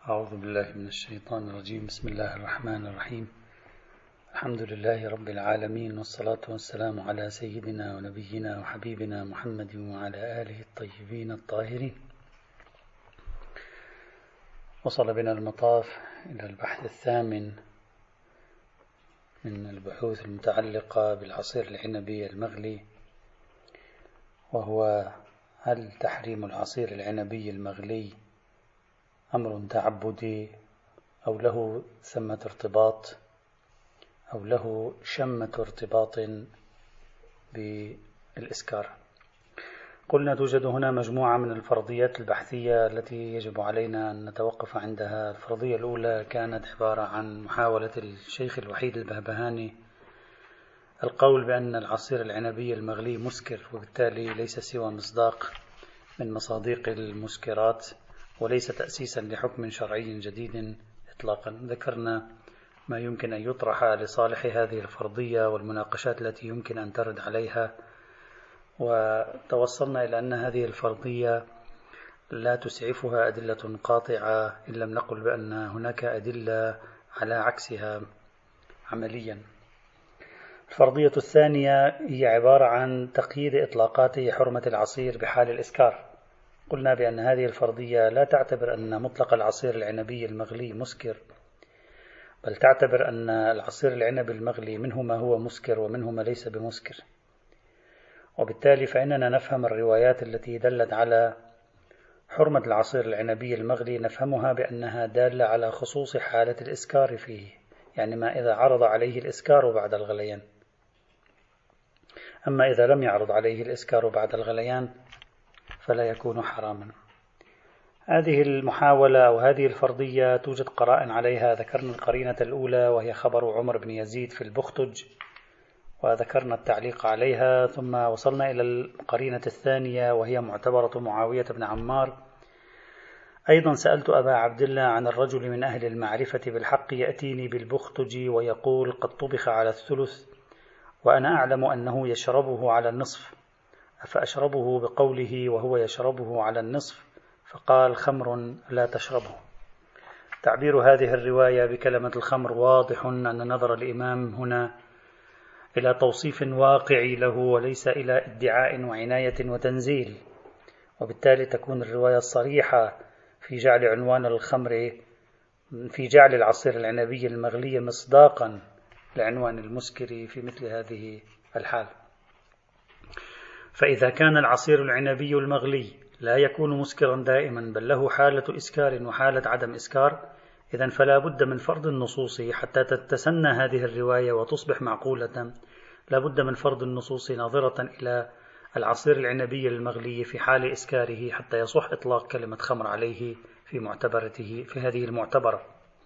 أعوذ بالله من الشيطان الرجيم. بسم الله الرحمن الرحيم. الحمد لله رب العالمين، والصلاة والسلام على سيدنا ونبينا وحبيبنا محمد وعلى آله الطيبين الطاهرين. وصل بنا المطاف إلى البحث الثامن من البحوث المتعلقة بالعصير العنبي المغلي، وهو: هل تحريم العصير العنبي المغلي أمر تعبدي أو له ثمة ارتباط أو له شمة ارتباط بالإسكار؟ قلنا توجد هنا مجموعة من الفرضيات البحثية التي يجب علينا أن نتوقف عندها. الفرضية الأولى كانت عبارة عن محاولة الشيخ الوحيد البهبهاني القول بأن العصير العنبي المغلي مسكر، وبالتالي ليس سوى مصداق من مصادق المسكرات وليس تأسيسا لحكم شرعي جديد إطلاقا. ذكرنا ما يمكن أن يطرح لصالح هذه الفرضية والمناقشات التي يمكن أن ترد عليها، وتوصلنا إلى أن هذه الفرضية لا تسعفها أدلة قاطعة إن لم نقل بأن هناك أدلة على عكسها عمليا. الفرضية الثانية هي عبارة عن تقييد إطلاقات حرمة العصير بحال الإسكار. قلنا بأن هذه الفرضية لا تعتبر أن مطلق العصير العنبي المغلي مسكر، بل تعتبر أن العصير العنبي المغلي منه ما هو مسكر ومنه ما ليس بمسكر، وبالتالي فإننا نفهم الروايات التي دلت على حرمة العصير العنبي المغلي نفهمها بأنها دالة على خصوص حالة الإسكار فيه، يعني ما إذا عرض عليه الإسكار بعد الغليان. أما إذا لم يعرض عليه الإسكار بعد الغليان فلا يكون حراما. هذه المحاولة أو هذه الفرضية توجد قرائن عليها. ذكرنا القرينة الأولى وهي خبر عمر بن يزيد في البختج، وذكرنا التعليق عليها، ثم وصلنا إلى القرينة الثانية وهي معتبرة معاوية بن عمار. أيضا سألت أبا عبد الله عن الرجل من أهل المعرفة بالحق يأتيني بالبختج ويقول قد طبخ على الثلث وأنا أعلم أنه يشربه على النصف، فأشربه بقوله وهو يشربه على النصف؟ فقال خمر لا تشربه. تعبير هذه الرواية بكلمة الخمر واضح أن نظر الإمام هنا إلى توصيف واقعي له وليس إلى ادعاء وعناية وتنزيل، وبالتالي تكون الرواية الصريحة في جعل عنوان الخمر في جعل العصير العنبي المغلي مصداقا لعنوان المسكر في مثل هذه الحال. فإذا كان العصير العنبي المغلي لا يكون مسكرا دائما بل له حالة إسكار وحالة عدم إسكار، إذن فلا بد من فرض النصوص حتى تتسنى هذه الرواية وتصبح معقولة. لا بد من فرض النصوص ناظرة إلى العصير العنبي المغلي في حال إسكاره حتى يصح إطلاق كلمة خمر عليه في معتبرته في هذه المعتبرة.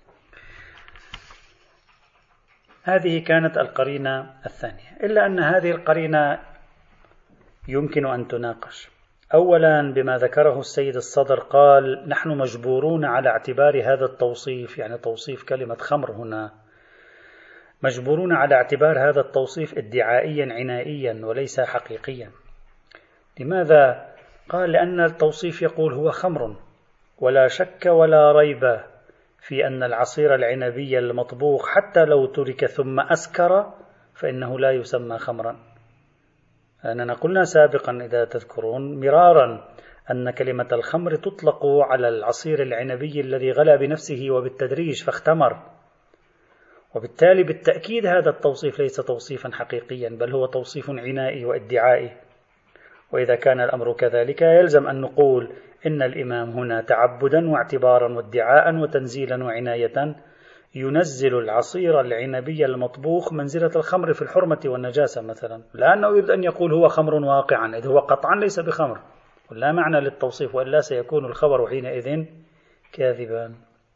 هذه كانت القرينة الثانية، إلا أن هذه القرينة يمكن أن تناقش. أولا بما ذكره السيد الصدر، قال نحن مجبورون على اعتبار هذا التوصيف، يعني توصيف كلمة خمر هنا، مجبورون على اعتبار هذا التوصيف ادعائيا عنائيا وليس حقيقيا. لماذا؟ قال لأن التوصيف يقول هو خمر، ولا شك ولا ريب في أن العصير العنبي المطبوخ حتى لو ترك ثم أسكر فإنه لا يسمى خمرا. أننا قلنا سابقا إذا تذكرون مرارا أن كلمة الخمر تطلق على العصير العنبي الذي غلى بنفسه وبالتدريج فاختمر، وبالتالي بالتأكيد هذا التوصيف ليس توصيفا حقيقيا بل هو توصيف عنائي وادعائي. وإذا كان الأمر كذلك يلزم أن نقول إن الإمام هنا تعبدا واعتبارا وادعاء وتنزيلا وعناية ينزل العصير العنبي المطبوخ منزلة الخمر في الحرمة والنجاسة مثلا، لأنه يريد أن يقول هو خمر واقعا، إذ هو قطعا ليس بخمر، ولا معنى للتوصيف، وإلا سيكون الخبر حينئذ كاذبا.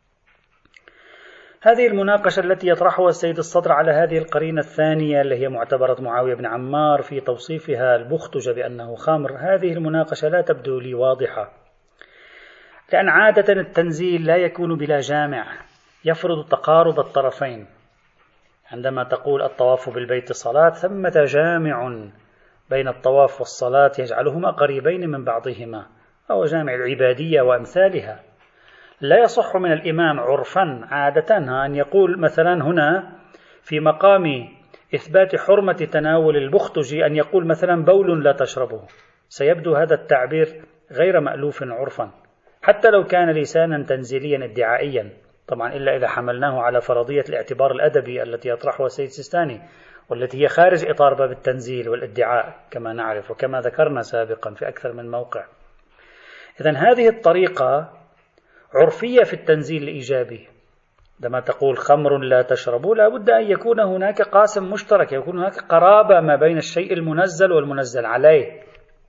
هذه المناقشة التي يطرحها السيد الصدر على هذه القرينة الثانية اللي هي معتبرة معاوية بن عمار في توصيفها البختج بأنه خمر، هذه المناقشة لا تبدو لي واضحة، لأن عادة التنزيل لا يكون بلا جامع يفرض تقارب الطرفين. عندما تقول الطواف بالبيت صلاة ثمة جامع بين الطواف والصلاة يجعلهما قريبين من بعضهما، أو جامع العبادية وأمثالها. لا يصح من الإمام عرفا عادة أن يقول مثلا هنا في مقام إثبات حرمة تناول البختج أن يقول مثلا بول لا تشربه. سيبدو هذا التعبير غير مألوف عرفا حتى لو كان لسانا تنزيليا ادعائيا، طبعا إلا إذا حملناه على فرضية الاعتبار الأدبي التي يطرحها السيد السيستاني، والتي هي خارج إطار باب التنزيل والادعاء كما نعرف وكما ذكرنا سابقا في أكثر من موقع. إذن هذه الطريقة عرفية في التنزيل الإيجابي. عندما تقول خمر لا تشربوا لا بد أن يكون هناك قاسم مشترك، يكون هناك قرابة ما بين الشيء المنزل والمنزل عليه.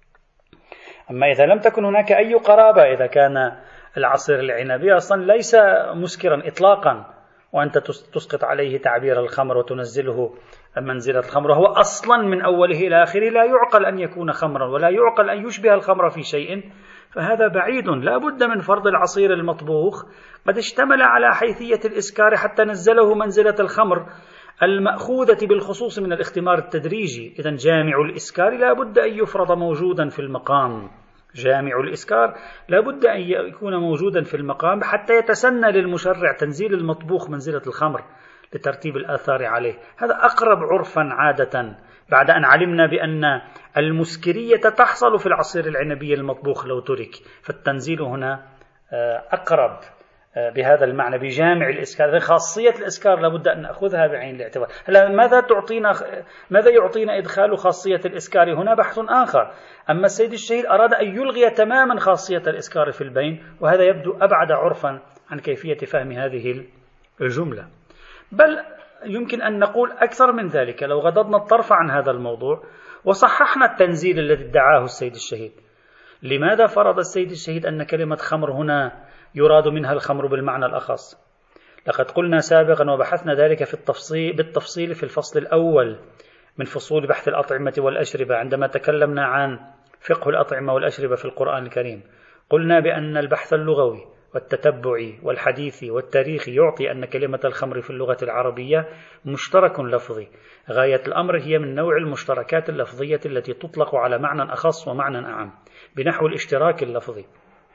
أما إذا لم تكن هناك أي قرابة، إذا كان العصير العنبي أصلا ليس مسكرا إطلاقا وأنت تسقط عليه تعبير الخمر وتنزله منزلة الخمر، وهو أصلا من أوله إلى آخره لا يعقل أن يكون خمرا ولا يعقل أن يشبه الخمر في شيء، فهذا بعيد. لا بد من فرض العصير المطبوخ قد اشتمل على حيثية الإسكار حتى نزله منزلة الخمر المأخوذة بالخصوص من الاختمار التدريجي. إذن جامع الإسكار لا بد أن يفرض موجودا في المقام، جامع الإسكار لا بد أن يكون موجودا في المقام حتى يتسنى للمشرع تنزيل المطبوخ منزلة الخمر لترتيب الآثار عليه. هذا أقرب عرفا عادة، بعد أن علمنا بأن المسكرية تحصل في العصير العنبي المطبوخ لو ترك، فالتنزيل هنا أقرب بهذا المعنى بجامع الإسكار. خاصية الإسكار لابد أن نأخذها بعين الاعتبار. هلا ماذا يعطينا إدخال خاصية الإسكار هنا بحث آخر. أما السيد الشهيد أراد أن يلغي تماما خاصية الإسكار في البين، وهذا يبدو أبعد عرفا عن كيفية فهم هذه الجملة. بل يمكن أن نقول أكثر من ذلك لو غضضنا الطرف عن هذا الموضوع وصححنا التنزيل الذي ادعاه السيد الشهيد. لماذا فرض السيد الشهيد أن كلمة خمر هنا يراد منها الخمر بالمعنى الأخص؟ لقد قلنا سابقا وبحثنا ذلك بالتفصيل في الفصل الأول من فصول بحث الأطعمة والأشربة عندما تكلمنا عن فقه الأطعمة والأشربة في القرآن الكريم. قلنا بأن البحث اللغوي والتتبعي والحديثي والتاريخي يعطي أن كلمة الخمر في اللغة العربية مشترك لفظي. غاية الأمر هي من نوع المشتركات اللفظية التي تطلق على معنى أخص ومعنى أعم بنحو الاشتراك اللفظي،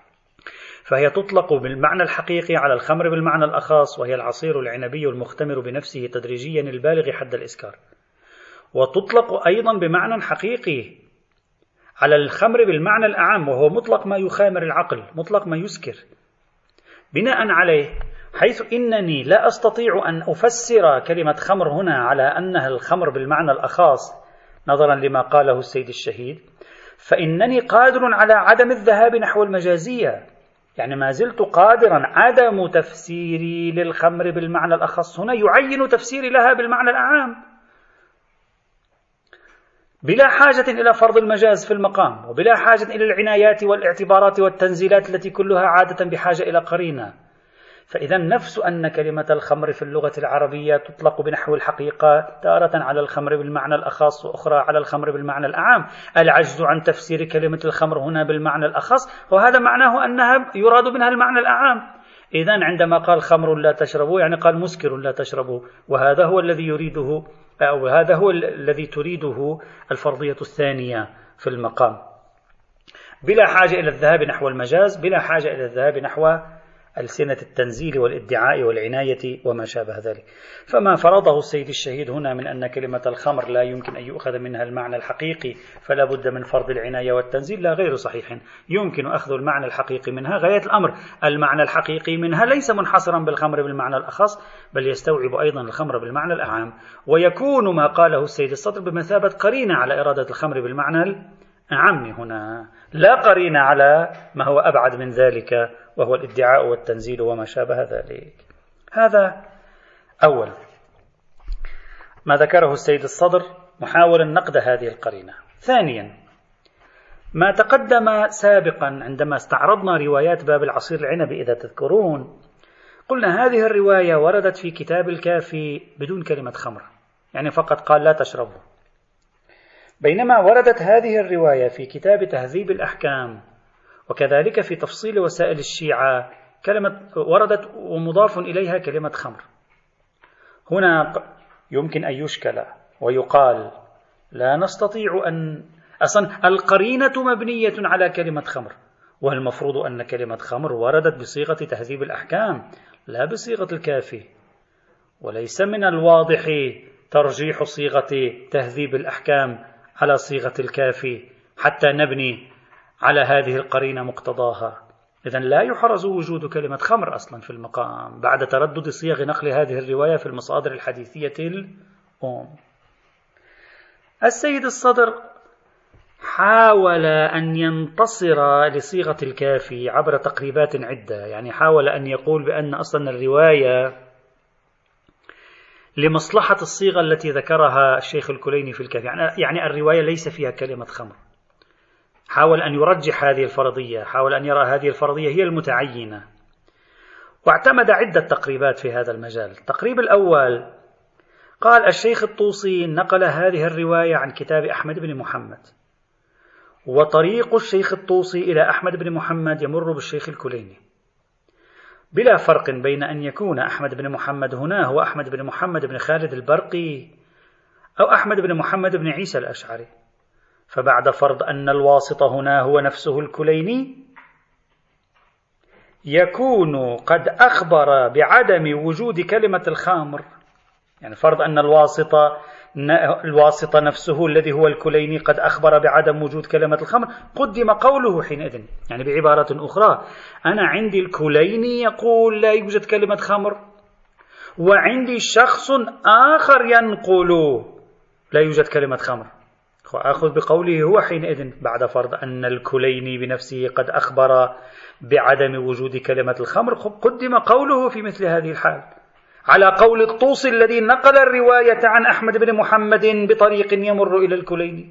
فهي تطلق بالمعنى الحقيقي على الخمر بالمعنى الأخص، وهي العصير العنبي المختمر بنفسه تدريجيا البالغ حد الإسكار، وتطلق أيضا بمعنى حقيقي على الخمر بالمعنى الأعم، وهو مطلق ما يخامر العقل، مطلق ما يسكر. بناء عليه، حيث إنني لا أستطيع أن أفسر كلمة خمر هنا على أنها الخمر بالمعنى الأخص نظرا لما قاله السيد الشهيد، فإنني قادر على عدم الذهاب نحو المجازية. يعني ما زلت قادرا، عدم تفسيري للخمر بالمعنى الأخص هنا يعين تفسيري لها بالمعنى الأعام بلا حاجة إلى فرض المجاز في المقام، وبلا حاجة إلى العنايات والاعتبارات والتنزيلات التي كلها عادة بحاجة إلى قرينة. فإذا نفس أن كلمة الخمر في اللغة العربية تطلق بنحو الحقيقة تارة على الخمر بالمعنى الأخص وأخرى على الخمر بالمعنى الأعام. العجز عن تفسير كلمة الخمر هنا بالمعنى الأخص وهذا معناه أنها يراد منها المعنى الأعام. إذن عندما قال خمر لا تشربوا يعني قال مسكر لا تشربوا، وهذا هو الذي يريده أو هذا هو الذي تريده الفرضية الثانية في المقام، بلا حاجة إلى الذهاب نحو المجاز، بلا حاجة إلى الذهاب نحو ألسنة التنزيل والادعاء والعناية وما شابه ذلك. فما فرضه السيد الشهيد هنا من أن كلمة الخمر لا يمكن أن يؤخذ منها المعنى الحقيقي فلا بد من فرض العناية والتنزيل لا غير صحيح. يمكن أخذ المعنى الحقيقي منها. غاية الأمر المعنى الحقيقي منها ليس منحصرا بالخمر بالمعنى الأخص، بل يستوعب أيضا الخمر بالمعنى الأعام، ويكون ما قاله السيد الصدر بمثابة قرينة على إرادة الخمر بالمعنى الأعم هنا، لا قرينة على ما هو أبعد من ذلك وهو الادعاء والتنزيل وما شابه ذلك. هذا أول ما ذكره السيد الصدر محاولا نقد هذه القرينة. ثانيا، ما تقدم سابقا عندما استعرضنا روايات باب العصير العنبي إذا تذكرون، قلنا هذه الرواية وردت في كتاب الكافي بدون كلمة خمر، يعني فقط قال لا تشربوا، بينما وردت هذه الرواية في كتاب تهذيب الأحكام وكذلك في تفصيل وسائل الشيعة كلمة وردت ومضاف إليها كلمة خمر. هنا يمكن أن يشكل ويقال لا نستطيع أن أصلا القرينة مبنية على كلمة خمر، والمفروض أن كلمة خمر وردت بصيغة تهذيب الأحكام لا بصيغة الكافي، وليس من الواضح ترجيح صيغة تهذيب الأحكام على صيغة الكافي حتى نبني على هذه القرينة مقتضاها. إذن لا يحرز وجود كلمة خمر أصلا في المقام بعد تردد صيغ نقل هذه الرواية في المصادر الحديثية الأم. السيد الصدر حاول أن ينتصر لصيغة الكافي عبر تقريبات عدة، يعني حاول أن يقول بأن أصلا الرواية لمصلحة الصيغة التي ذكرها الشيخ الكليني في الكافي، يعني الرواية ليس فيها كلمة خمر. حاول أن يرجح هذه الفرضية، حاول أن يرى هذه الفرضية هي المتعينة، واعتمد عدة تقريبات في هذا المجال. التقريب الأول قال الشيخ الطوسي نقل هذه الرواية عن كتاب أحمد بن محمد، وطريق الشيخ الطوسي إلى أحمد بن محمد يمر بالشيخ الكليني، بلا فرق بين أن يكون أحمد بن محمد هنا هو أحمد بن محمد بن خالد البرقي أو أحمد بن محمد بن عيسى الأشعري. فبعد فرض أن الواسط هنا هو نفسه الكليني، يكون قد أخبر بعدم وجود كلمة الخمر، يعني فرض أن الواسط نفسه الذي هو الكليني قد أخبر بعدم وجود كلمة الخمر، قدم قوله حينئذ. يعني بعبارة أخرى، أنا عندي الكليني يقول لا يوجد كلمة خمر، وعندي شخص آخر ينقل لا يوجد كلمة خمر، وأخذ بقوله هو حينئذ بعد فرض أن الكليني بنفسه قد أخبر بعدم وجود كلمة الخمر، قدم قوله في مثل هذه الحال على قول الطوسي الذي نقل الرواية عن أحمد بن محمد بطريق يمر إلى الكليني.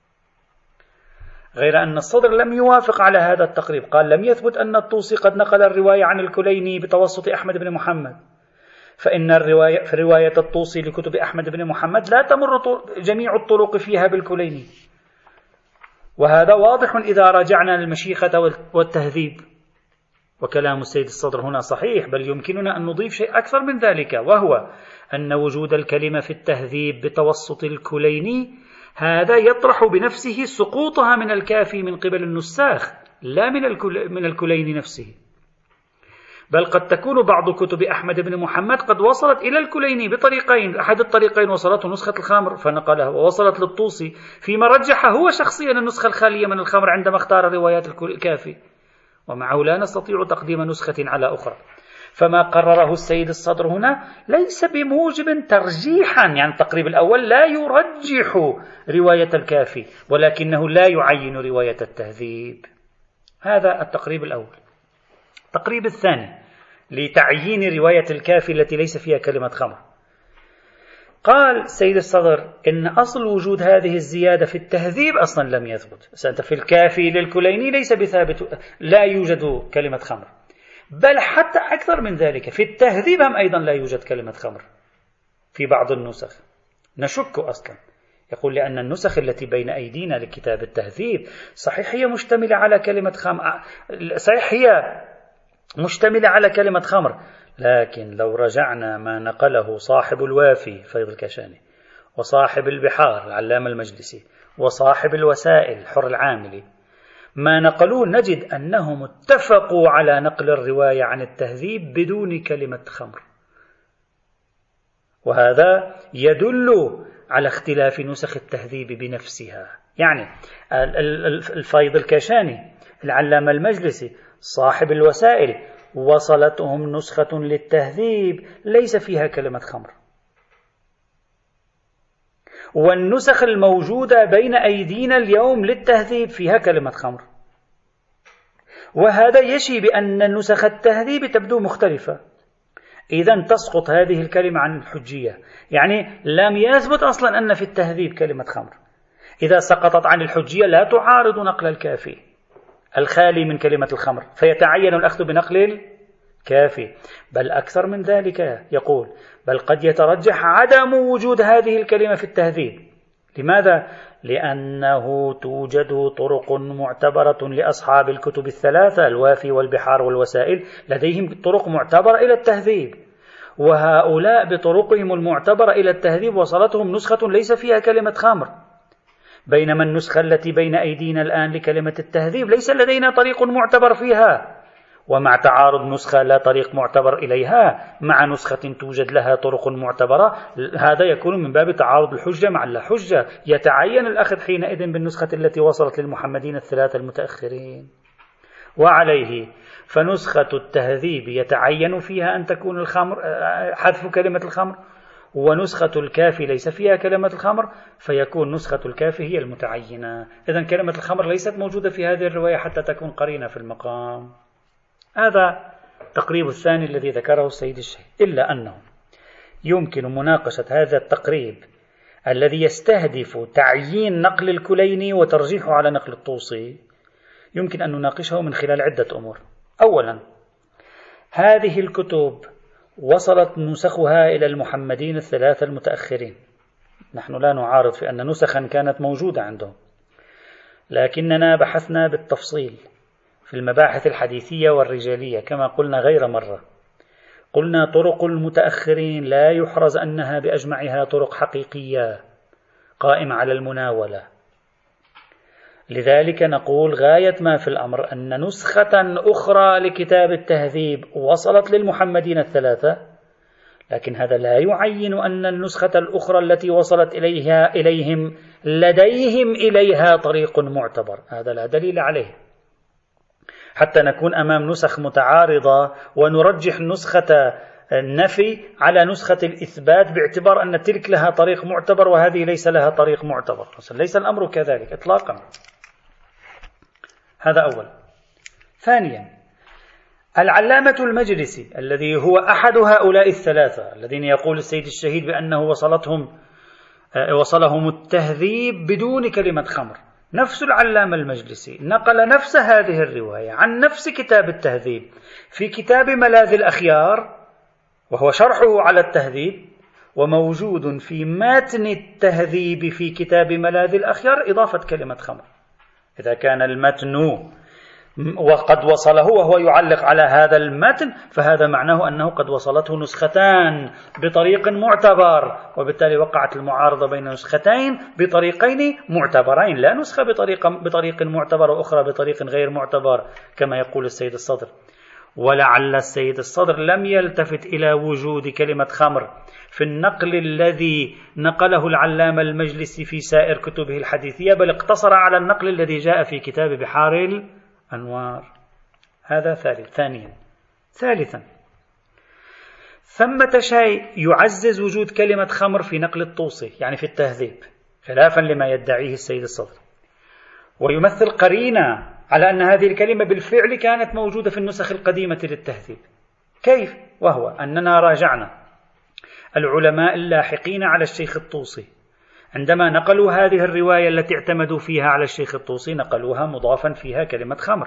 غير أن الصدر لم يوافق على هذا التقريب، قال لم يثبت أن الطوسي قد نقل الرواية عن الكليني بتوسط أحمد بن محمد، فإن في رواية الطوسي لكتب أحمد بن محمد لا تمر جميع الطرق فيها بالكليني، وهذا واضح إذا راجعنا المشيخة والتهذيب. وكلام السيد الصدر هنا صحيح، بل يمكننا أن نضيف شيء أكثر من ذلك، وهو أن وجود الكلمة في التهذيب بتوسط الكليني هذا يطرح بنفسه سقوطها من الكافي من قبل النساخ لا من الكليني نفسه، بل قد تكون بعض كتب أحمد بن محمد قد وصلت إلى الكليني بطريقين، أحد الطريقين وصلته نسخة الخمر فنقلها، ووصلت للطوسي فيما رجح هو شخصيا النسخة الخالية من الخمر عندما اختار روايات الكافي، ومعه لا نستطيع تقديم نسخة على أخرى. فما قرره السيد الصدر هنا ليس بموجب ترجيحا، يعني التقريب الأول لا يرجح رواية الكافي ولكنه لا يعين رواية التهذيب. هذا التقريب الأول. التقريب الثاني لتعيين رواية الكافي التي ليس فيها كلمة خمر، قال السيد الصدر إن أصل وجود هذه الزيادة في التهذيب أصلا لم يثبت. سأنت في الكافي للكليني ليس بثابت، لا يوجد كلمة خمر، بل حتى أكثر من ذلك في التهذيب هم أيضا لا يوجد كلمة خمر في بعض النسخ. نشك أصلا، يقول لأن النسخ التي بين أيدينا لكتاب التهذيب صحيح هي مشتملة على كلمة خمر، صحيح هي مشتملة على كلمة خمر، لكن لو رجعنا ما نقله صاحب الوافي فيض الكشاني وصاحب البحار العلامة المجلسي وصاحب الوسائل حر العاملي، ما نقلوه نجد أنهم اتفقوا على نقل الرواية عن التهذيب بدون كلمة خمر، وهذا يدل على اختلاف نسخ التهذيب بنفسها. يعني الفيض الكشاني العلامة المجلسي صاحب الوسائل وصلتهم نسخة للتهذيب ليس فيها كلمة خمر، والنسخ الموجودة بين أيدينا اليوم للتهذيب فيها كلمة خمر، وهذا يشي بأن نسخ التهذيب تبدو مختلفة. إذن تسقط هذه الكلمة عن الحجية، يعني لم يثبت أصلا أن في التهذيب كلمة خمر. إذا سقطت عن الحجية لا تعارض نقل الكافي الخالي من كلمة الخمر، فيتعين الأخذ بنقل الكافي. بل أكثر من ذلك يقول بل قد يترجح عدم وجود هذه الكلمة في التهذيب. لماذا؟ لأنه توجد طرق معتبرة لأصحاب الكتب الثلاثة الوافي والبحار والوسائل، لديهم طرق معتبرة إلى التهذيب، وهؤلاء بطرقهم المعتبرة إلى التهذيب وصلتهم نسخة ليس فيها كلمة خمر، بينما النسخة التي بين أيدينا الآن لكلمة التهذيب ليس لدينا طريق معتبر فيها، ومع تعارض نسخة لا طريق معتبر إليها مع نسخة توجد لها طرق معتبرة، هذا يكون من باب تعارض الحجة مع اللا حجة. يتعين الأخذ حينئذ بالنسخة التي وصلت للمحمدين الثلاثة المتأخرين. وعليه فنسخة التهذيب يتعين فيها أن تكون الخمر حذف كلمة الخمر، ونسخة الكافي ليس فيها كلمة الخمر، فيكون نسخة الكافي هي المتعينة. إذن كلمة الخمر ليست موجودة في هذه الرواية حتى تكون قرينة في المقام. هذا التقريب الثاني الذي ذكره السيد الشهيد. إلا أنه يمكن مناقشة هذا التقريب الذي يستهدف تعيين نقل الكليني وترجيحه على نقل الطوسي، يمكن أن نناقشه من خلال عدة أمور. أولا، هذه الكتب وصلت نسخها إلى المحمدين الثلاثة المتأخرين. نحن لا نعارض في أن نسخا كانت موجودة عندهم، لكننا بحثنا بالتفصيل في المباحث الحديثية والرجالية كما قلنا غير مرة. قلنا طرق المتأخرين لا يحرز أنها بأجمعها طرق حقيقية قائمة على المناولة، لذلك نقول غاية ما في الأمر أن نسخة أخرى لكتاب التهذيب وصلت للمحمدين الثلاثة، لكن هذا لا يعين أن النسخة الأخرى التي وصلت إليهم لديهم إليها طريق معتبر. هذا لا دليل عليه، حتى نكون أمام نسخ متعارضة ونرجح نسخة النفي على نسخة الإثبات باعتبار أن تلك لها طريق معتبر وهذه ليس لها طريق معتبر. ليس الأمر كذلك إطلاقا. هذا أولا. ثانيا، العلامة المجلسي الذي هو أحد هؤلاء الثلاثة الذين يقول السيد الشهيد بأنه وصلهم التهذيب بدون كلمة خمر، نفس العلامة المجلسي نقل نفس هذه الرواية عن نفس كتاب التهذيب في كتاب ملاذ الأخيار، وهو شرحه على التهذيب، وموجود في متن التهذيب في كتاب ملاذ الأخيار إضافة كلمة خمر. إذا كان المتن وقد وصله وهو يعلق على هذا المتن، فهذا معناه أنه قد وصلته نسختان بطريق معتبر، وبالتالي وقعت المعارضة بين نسختين بطريقين معتبرين، لا نسخة بطريق معتبر وأخرى بطريق غير معتبر كما يقول السيد الصدر. ولعل السيد الصدر لم يلتفت إلى وجود كلمة خمر في النقل الذي نقله العلامة المجلسي في سائر كتبه الحديثية، بل اقتصر على النقل الذي جاء في كتاب بحار الأنوار. هذا ثانيا. ثالثا، ثمة شيء يعزز وجود كلمة خمر في نقل الطوسي، يعني في التهذيب، خلافا لما يدعيه السيد الصدر، ويمثل قرينة على أن هذه الكلمة بالفعل كانت موجودة في النسخ القديمة للتهذيب. كيف؟ وهو أننا راجعنا العلماء اللاحقين على الشيخ الطوسي عندما نقلوا هذه الرواية التي اعتمدوا فيها على الشيخ الطوسي، نقلوها مضافا فيها كلمة خمر.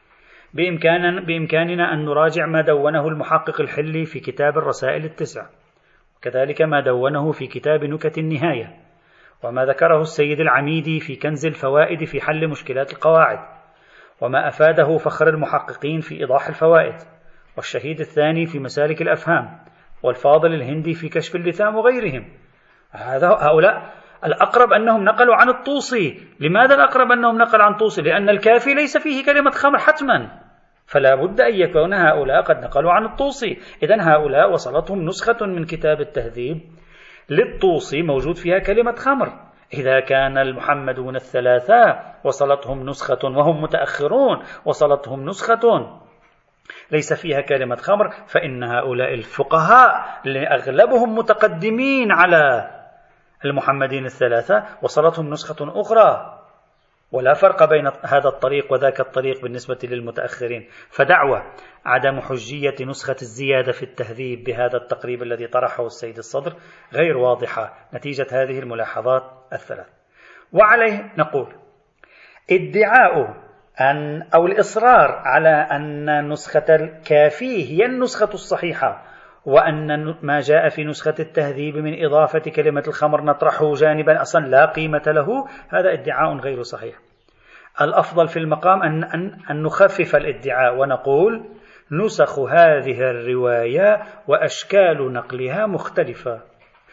بإمكاننا أن نراجع ما دونه المحقق الحلي في كتاب الرسائل التسع، وكذلك ما دونه في كتاب نكت النهاية، وما ذكره السيد العميدي في كنز الفوائد في حل مشكلات القواعد، وما أفاده فخر المحققين في إيضاح الفوائد، والشهيد الثاني في مسالك الأفهام، والفاضل الهندي في كشف اللثام وغيرهم. هؤلاء الأقرب أنهم نقلوا عن الطوسي. لماذا الأقرب أنهم نقلوا عن الطوسي؟ لأن الكافي ليس فيه كلمة خمر حتما، فلا بد أن يكون هؤلاء قد نقلوا عن الطوسي. إذن هؤلاء وصلتهم نسخة من كتاب التهذيب للطوسي موجود فيها كلمة خمر. إذا كان المحمدون الثلاثة وصلتهم نسخة وهم متأخرون وصلتهم نسخة ليس فيها كلمة خمر، فإن هؤلاء الفقهاء اللي أغلبهم متقدمين على المحمدين الثلاثة وصلتهم نسخة أخرى، ولا فرق بين هذا الطريق وذاك الطريق بالنسبة للمتأخرين. فدعوى عدم حجية نسخة الزيادة في التهذيب بهذا التقريب الذي طرحه السيد الصدر غير واضحة نتيجة هذه الملاحظات الثلاث. وعليه نقول ادعاء أو الإصرار على أن نسخة الكافي هي النسخة الصحيحة، وأن ما جاء في نسخة التهذيب من إضافة كلمة الخمر نطرحه جانبا أصلا لا قيمة له، هذا ادعاء غير صحيح. الأفضل في المقام أن نخفف الادعاء ونقول نسخ هذه الرواية وأشكال نقلها مختلفة،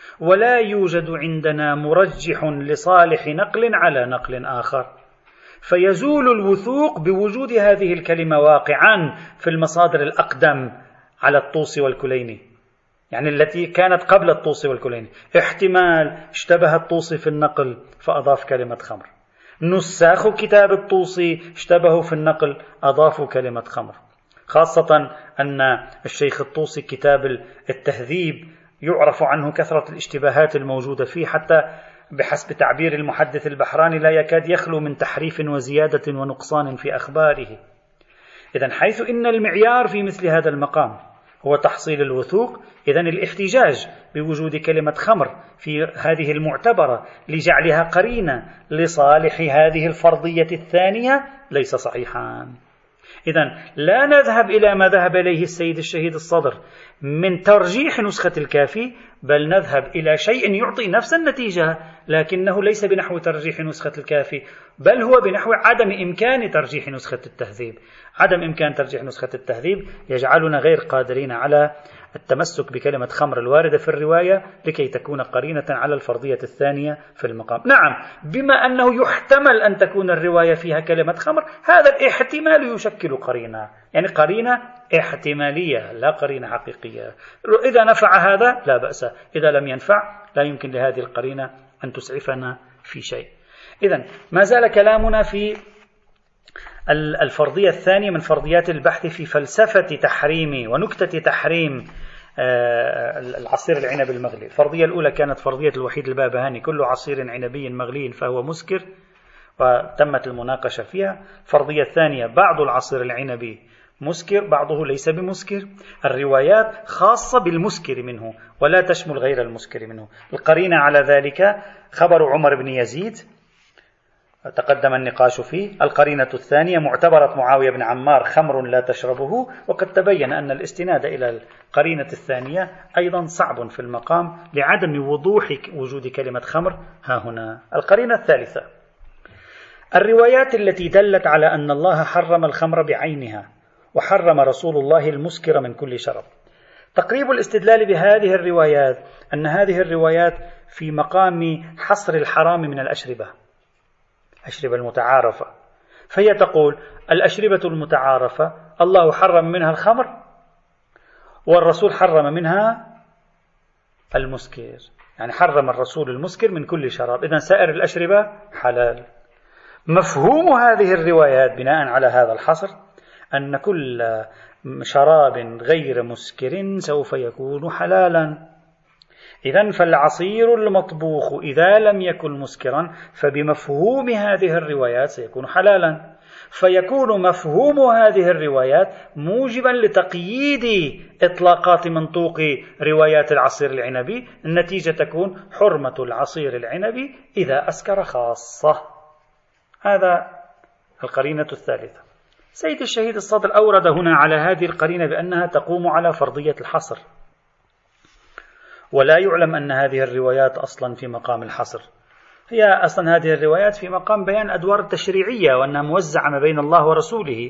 ولا يوجد عندنا مرجح لصالح نقل على نقل آخر، فيزول الوثوق بوجود هذه الكلمة واقعا في المصادر الأقدم على الطوسي والكليني، يعني التي كانت قبل الطوسي والكليني. احتمال اشتبه الطوسي في النقل فأضاف كلمة خمر، نساخ كتاب الطوسي اشتبهوا في النقل أضافوا كلمة خمر، خاصة أن الشيخ الطوسي كتاب التهذيب يعرف عنه كثرة الاشتباهات الموجودة فيه، حتى بحسب تعبير المحدث البحراني لا يكاد يخلو من تحريف وزيادة ونقصان في أخباره. إذن حيث إن المعيار في مثل هذا المقام هو تحصيل الوثوق، إذن الاحتجاج بوجود كلمة خمر في هذه المعتبرة لجعلها قرينة لصالح هذه الفرضية الثانية ليس صحيحا. إذن لا نذهب إلى ما ذهب إليه السيد الشهيد الصدر من ترجيح نسخة الكافي، بل نذهب إلى شيء يعطي نفس النتيجة لكنه ليس بنحو ترجيح نسخة الكافي، بل هو بنحو عدم إمكان ترجيح نسخة التهذيب. عدم إمكان ترجيح نسخة التهذيب يجعلنا غير قادرين على التمسك بكلمة خمر الواردة في الرواية لكي تكون قرينة على الفرضية الثانية في المقام. نعم، بما أنه يحتمل أن تكون الرواية فيها كلمة خمر، هذا الاحتمال يشكل قرينة، يعني قرينة احتمالية لا قرينة حقيقية. إذا نفع هذا لا بأس، إذا لم ينفع لا يمكن لهذه القرينة أن تسعفنا في شيء. إذن ما زال كلامنا في الفرضية الثانية من فرضيات البحث في فلسفة تحريم ونكتة تحريم العصير العنب المغلي. الفرضية الأولى كانت فرضية الوحيد البابهاني: كل عصير عنبي مغلي فهو مسكر، وتمت المناقشة فيها. الفرضية الثانية: بعض العصير العنبي مسكر، بعضه ليس بمسكر. الروايات خاصة بالمسكر منه ولا تشمل غير المسكر منه. القرينة على ذلك خبر عمر بن يزيد تقدم النقاش فيه. القرينة الثانية معتبرة معاوية بن عمار: خمر لا تشربه. وقد تبين أن الاستناد إلى القرينة الثانية أيضا صعب في المقام لعدم وضوح وجود كلمة خمر ها هنا. القرينة الثالثة: الروايات التي دلت على أن الله حرم الخمر بعينها وحرم رسول الله المسكر من كل شرب. تقريب الاستدلال بهذه الروايات أن هذه الروايات في مقام حصر الحرام من الأشربة المتعارفة، فهي تقول الأشربة المتعارفة الله حرم منها الخمر والرسول حرم منها المسكر، يعني حرم الرسول المسكر من كل شراب، إذن سائر الأشربة حلال. مفهوم هذه الروايات بناء على هذا الحصر أن كل شراب غير مسكر سوف يكون حلالا. إذن فالعصير المطبوخ إذا لم يكن مسكرا فبمفهوم هذه الروايات سيكون حلالا، فيكون مفهوم هذه الروايات موجبا لتقييد إطلاقات منطوق روايات العصير العنبي. النتيجة تكون حرمة العصير العنبي إذا أسكر خاصة. هذا القرينة الثالثة. سيد الشهيد الصدر أورد هنا على هذه القرينة بأنها تقوم على فرضية الحصر، ولا يعلم أن هذه الروايات أصلا في مقام الحصر. هي أصلا هذه الروايات في مقام بيان أدوار التشريعية وأنها موزعة ما بين الله ورسوله،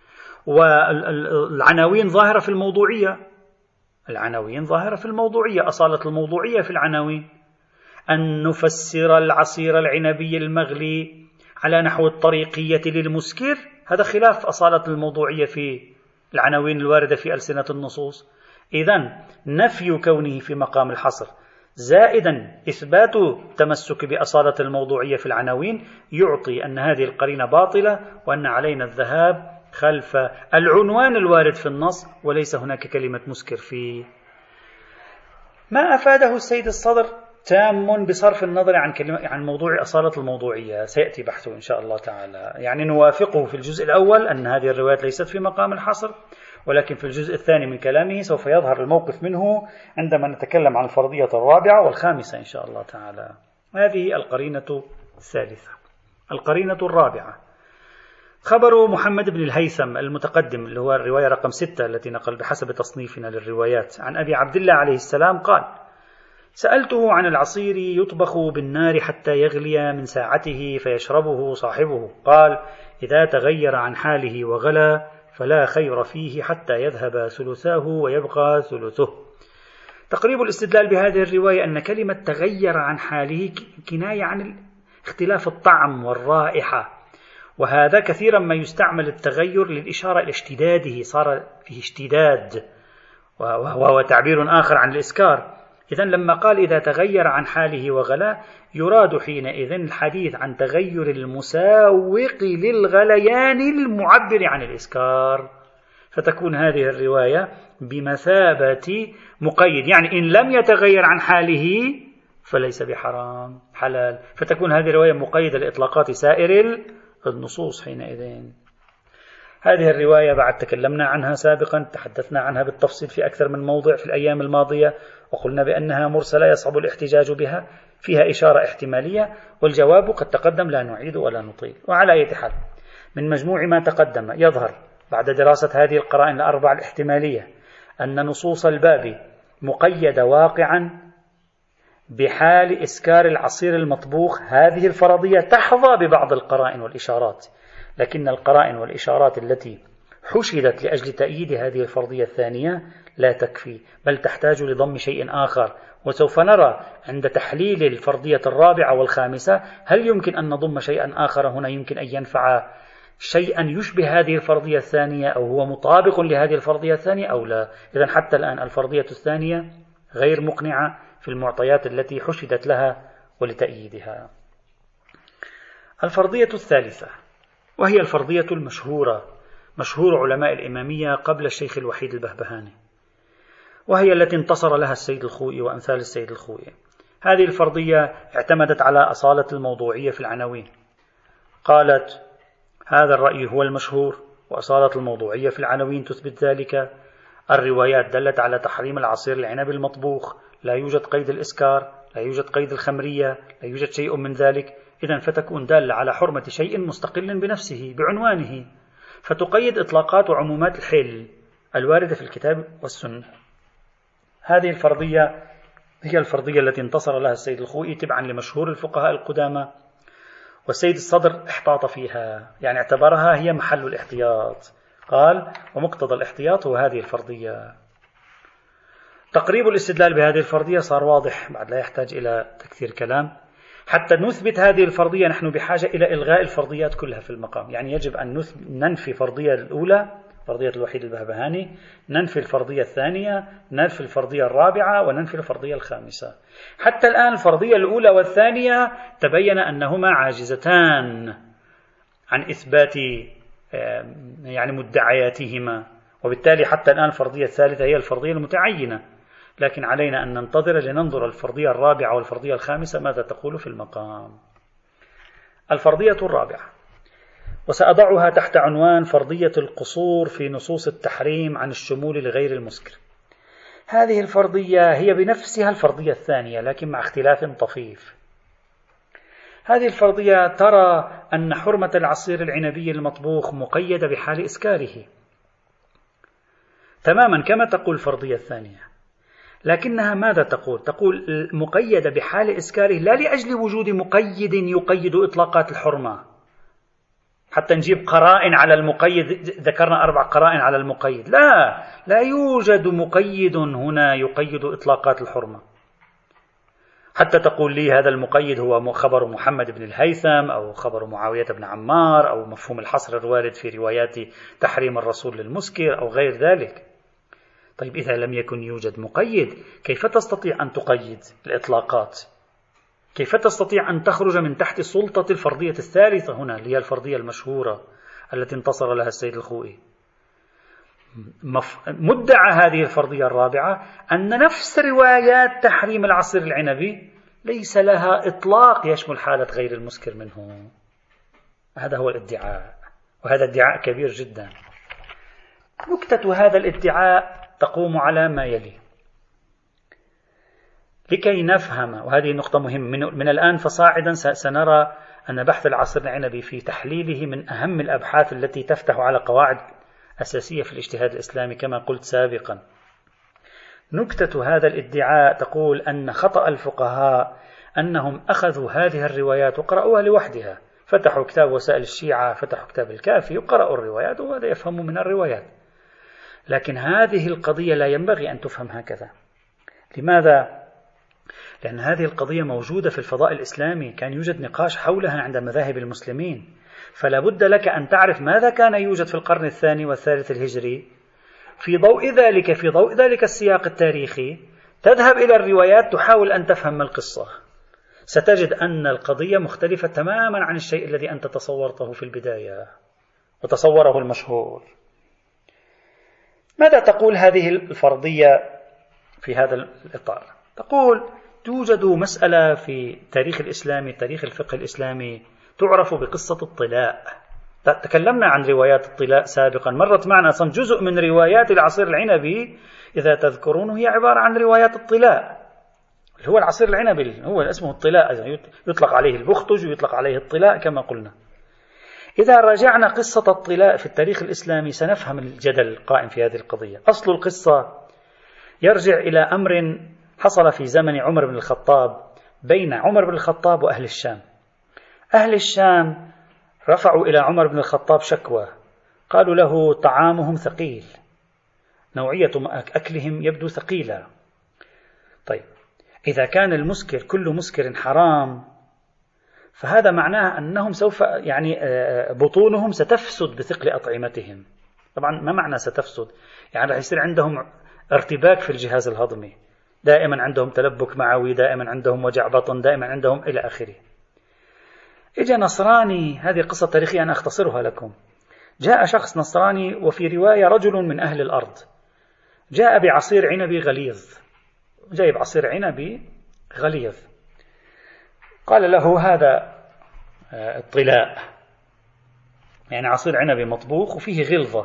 والعناوين ظاهرة في الموضوعية. العناوين ظاهرة في الموضوعية، أصالة الموضوعية في العناوين أن نفسر العصير العنبي المغلي على نحو الطريقية للمسكر، هذا خلاف أصالة الموضوعية في العناوين الواردة في ألسنة النصوص. إذن نفي كونه في مقام الحصر زائدا إثبات تمسك بأصالة الموضوعية في العناوين يعطي أن هذه القرينة باطلة، وأن علينا الذهاب خلف العنوان الوارد في النص وليس هناك كلمة مسكر فيه. ما أفاده السيد الصدر تام بصرف النظر عن موضوع أصالة الموضوعية، سيأتي بحثه إن شاء الله تعالى. يعني نوافقه في الجزء الأول أن هذه الروايات ليست في مقام الحصر، ولكن في الجزء الثاني من كلامه سوف يظهر الموقف منه عندما نتكلم عن الفرضية الرابعة والخامسة إن شاء الله تعالى. هذه القرينة الثالثة. القرينة الرابعة: خبر محمد بن الهيثم المتقدم اللي هو الرواية رقم 6 التي نقل بحسب تصنيفنا للروايات عن أبي عبد الله عليه السلام قال: سألته عن العصير يطبخ بالنار حتى يغلي من ساعته فيشربه صاحبه، قال: إذا تغير عن حاله وغلى فلا خير فيه حتى يذهب ثلثاه ويبقى ثلثه. تقريب الاستدلال بهذه الرواية أن كلمة تغير عن حاله كناية عن اختلاف الطعم والرائحة، وهذا كثيرا ما يستعمل التغير للإشارة إلى اشتداده، صار فيه اشتداد، وهو تعبير آخر عن الإسكار. إذن لما قال إذا تغير عن حاله وغلا، يراد حينئذ الحديث عن تغير المساوق للغليان المعبر عن الإسكار، فتكون هذه الرواية بمثابة مقيد، يعني إن لم يتغير عن حاله فليس بحرام، حلال، فتكون هذه الرواية مقيدة لإطلاقات سائر النصوص حينئذ. هذه الرواية بعد تكلمنا عنها سابقا، تحدثنا عنها بالتفصيل في أكثر من موضع في الأيام الماضية، وقلنا بأنها مرسلة يصعب الاحتجاج بها، فيها إشارة احتمالية، والجواب قد تقدم، لا نعيد ولا نطيل. وعلى أي حال من مجموع ما تقدم يظهر بعد دراسة هذه القرائن الأربع الاحتمالية أن نصوص الباب مقيدة واقعا بحال إسكار العصير المطبوخ. هذه الفرضية تحظى ببعض القرائن والإشارات، لكن القرائن والإشارات التي حشدت لأجل تأييد هذه الفرضية الثانية لا تكفي، بل تحتاج لضم شيء آخر، وسوف نرى عند تحليل الفرضية الرابعة والخامسة هل يمكن أن نضم شيئا آخر هنا يمكن أن ينفع شيئا يشبه هذه الفرضية الثانية أو هو مطابق لهذه الفرضية الثانية أو لا. إذن حتى الآن الفرضية الثانية غير مقنعة في المعطيات التي حشدت لها ولتأييدها. الفرضية الثالثة وهي الفرضية المشهورة، مشهور علماء الإمامية قبل الشيخ الوحيد البهبهاني، وهي التي انتصر لها السيد الخوئي وأمثال السيد الخوئي. هذه الفرضية اعتمدت على أصالة الموضوعية في العناوين، قالت هذا الرأي هو المشهور، وأصالة الموضوعية في العناوين تثبت ذلك. الروايات دلت على تحريم العصير العنب المطبوخ، لا يوجد قيد الإسكار، لا يوجد قيد الخمرية، لا يوجد شيء من ذلك. إذن فتكون دالة على حرمة شيء مستقل بنفسه بعنوانه، فتقيد إطلاقات وعمومات الحل الواردة في الكتاب والسنة. هذه الفرضية هي الفرضية التي انتصر لها السيد الخوئي تبعا لمشهور الفقهاء القدامى، والسيد الصدر احتاط فيها، يعني اعتبرها هي محل الاحتياط، قال ومقتضى الاحتياط هو هذه الفرضية. تقريب الاستدلال بهذه الفرضية صار واضح، بعد لا يحتاج إلى تكثير كلام. حتى نثبت هذه الفرضية نحن بحاجة إلى إلغاء الفرضيات كلها في المقام، يعني يجب أن ننفي فرضية الأولى، فرضية الوحيد البهبهاني، ننفي الفرضية الثانية، ننفي الفرضية الرابعة، وننفي الفرضية الخامسة. حتى الآن الفرضية الأولى والثانية تبين أنهما عاجزتان عن إثبات يعني مدعياتهما، وبالتالي حتى الآن الفرضية الثالثة هي الفرضية المتعينة، لكن علينا أن ننتظر لننظر الفرضية الرابعة والفرضية الخامسة ماذا تقول في المقام. الفرضية الرابعة، وسأضعها تحت عنوان فرضية القصور في نصوص التحريم عن الشمول لغير المسكر. هذه الفرضية هي بنفسها الفرضية الثانية لكن مع اختلاف طفيف. هذه الفرضية ترى أن حرمة العصير العنبي المطبوخ مقيدة بحال إسكاره تماما كما تقول الفرضية الثانية، لكنها ماذا تقول؟ تقول مقيدة بحال إسكاره لا لأجل وجود مقيد يقيد إطلاقات الحرمة، حتى نجيب قرائن على المقيد، ذكرنا 4 قرائن على المقيد، لا يوجد مقيد هنا يقيد إطلاقات الحرمة، حتى تقول لي هذا المقيد هو خبر محمد بن الهيثم أو خبر معاوية بن عمار أو مفهوم الحصر الوارد في روايات تحريم الرسول للمسكر أو غير ذلك. طيب إذا لم يكن يوجد مقيد كيف تستطيع أن تقيد الإطلاقات؟ كيف تستطيع أن تخرج من تحت سلطة الفرضية الثالثة هنا اللي هي الفرضية المشهورة التي انتصر لها السيد الخوئي؟ مدعى هذه الفرضية الرابعة أن نفس روايات تحريم العصير العنبي ليس لها إطلاق يشمل حالة غير المسكر منه. هذا هو الادعاء، وهذا ادعاء كبير جدا. نكتة هذا الادعاء تقوم على ما يلي لكي نفهم، وهذه نقطة مهمة من الآن فصاعدا سنرى أن بحث العصير العنبي في تحليله من أهم الأبحاث التي تفتح على قواعد أساسية في الاجتهاد الإسلامي كما قلت سابقا. نكتة هذا الادعاء تقول أن خطأ الفقهاء أنهم أخذوا هذه الروايات وقرأوها لوحدها، فتحوا كتاب وسائل الشيعة، فتحوا كتاب الكافي وقرأوا الروايات، وهذا يفهموا من الروايات. لكن هذه القضية لا ينبغي أن تفهم هكذا. لماذا؟ لأن هذه القضية موجودة في الفضاء الإسلامي، كان يوجد نقاش حولها عند مذاهب المسلمين، فلا بد لك أن تعرف ماذا كان يوجد في القرن الثاني والثالث الهجري. في ضوء ذلك السياق التاريخي تذهب إلى الروايات تحاول أن تفهم القصة، ستجد أن القضية مختلفة تماما عن الشيء الذي أنت تصورته في البداية وتصوره المشهور. ماذا تقول هذه الفرضية في هذا الإطار؟ تقول توجد مسألة في تاريخ الإسلامي، تاريخ الفقه الإسلامي، تعرف بقصة الطلاء. تكلمنا عن روايات الطلاء سابقا، مرت معنا أصلا جزء من روايات العصير العنبي إذا تذكرون هي عبارة عن روايات الطلاء، اللي هو العصير العنبي هو اسمه الطلاء، يطلق عليه البختج ويطلق عليه الطلاء كما قلنا. إذا راجعنا قصة الطلاء في التاريخ الإسلامي سنفهم الجدل القائم في هذه القضية. أصل القصة يرجع إلى أمر حصل في زمن عمر بن الخطاب بين عمر بن الخطاب وأهل الشام. أهل الشام رفعوا إلى عمر بن الخطاب شكوى، قالوا له طعامهم ثقيل، نوعية أكلهم يبدو ثقيلة. طيب إذا كان المسكر كل مسكر حرام فهذا معناه أنهم سوف بطونهم ستفسد بثقل أطعمتهم. طبعا ما معنى ستفسد؟ يعني رح يصير عندهم ارتباك في الجهاز الهضمي، دائما عندهم تلبك معوي، دائما عندهم وجع بطن، دائما عندهم إلى آخره. إجا نصراني، هذه قصة تاريخية أنا أختصرها لكم. جاء شخص نصراني، وفي رواية رجل من أهل الأرض، جاء بعصير عنبي غليظ، جايب عصير عنبي غليظ، قال له هذا الطلاء، يعني عصير عنبي مطبوخ وفيه غلظة،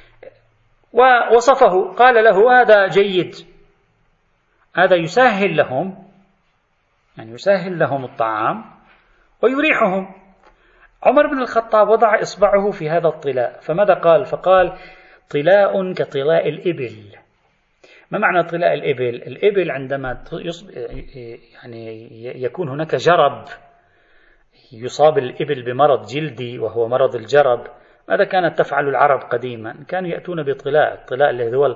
ووصفه قال له هذا جيد، هذا يسهل لهم، يعني يسهل لهم الطعام ويريحهم. عمر بن الخطاب وضع إصبعه في هذا الطلاء، فماذا قال؟ فقال طلاء كطلاء الإبل. ما معنى طلاء الإبل؟ الإبل عندما يكون هناك جرب، يصاب الإبل بمرض جلدي وهو مرض الجرب، ماذا كانت تفعل العرب قديما؟ كانوا يأتون بطلاء، الطلاء اللي هو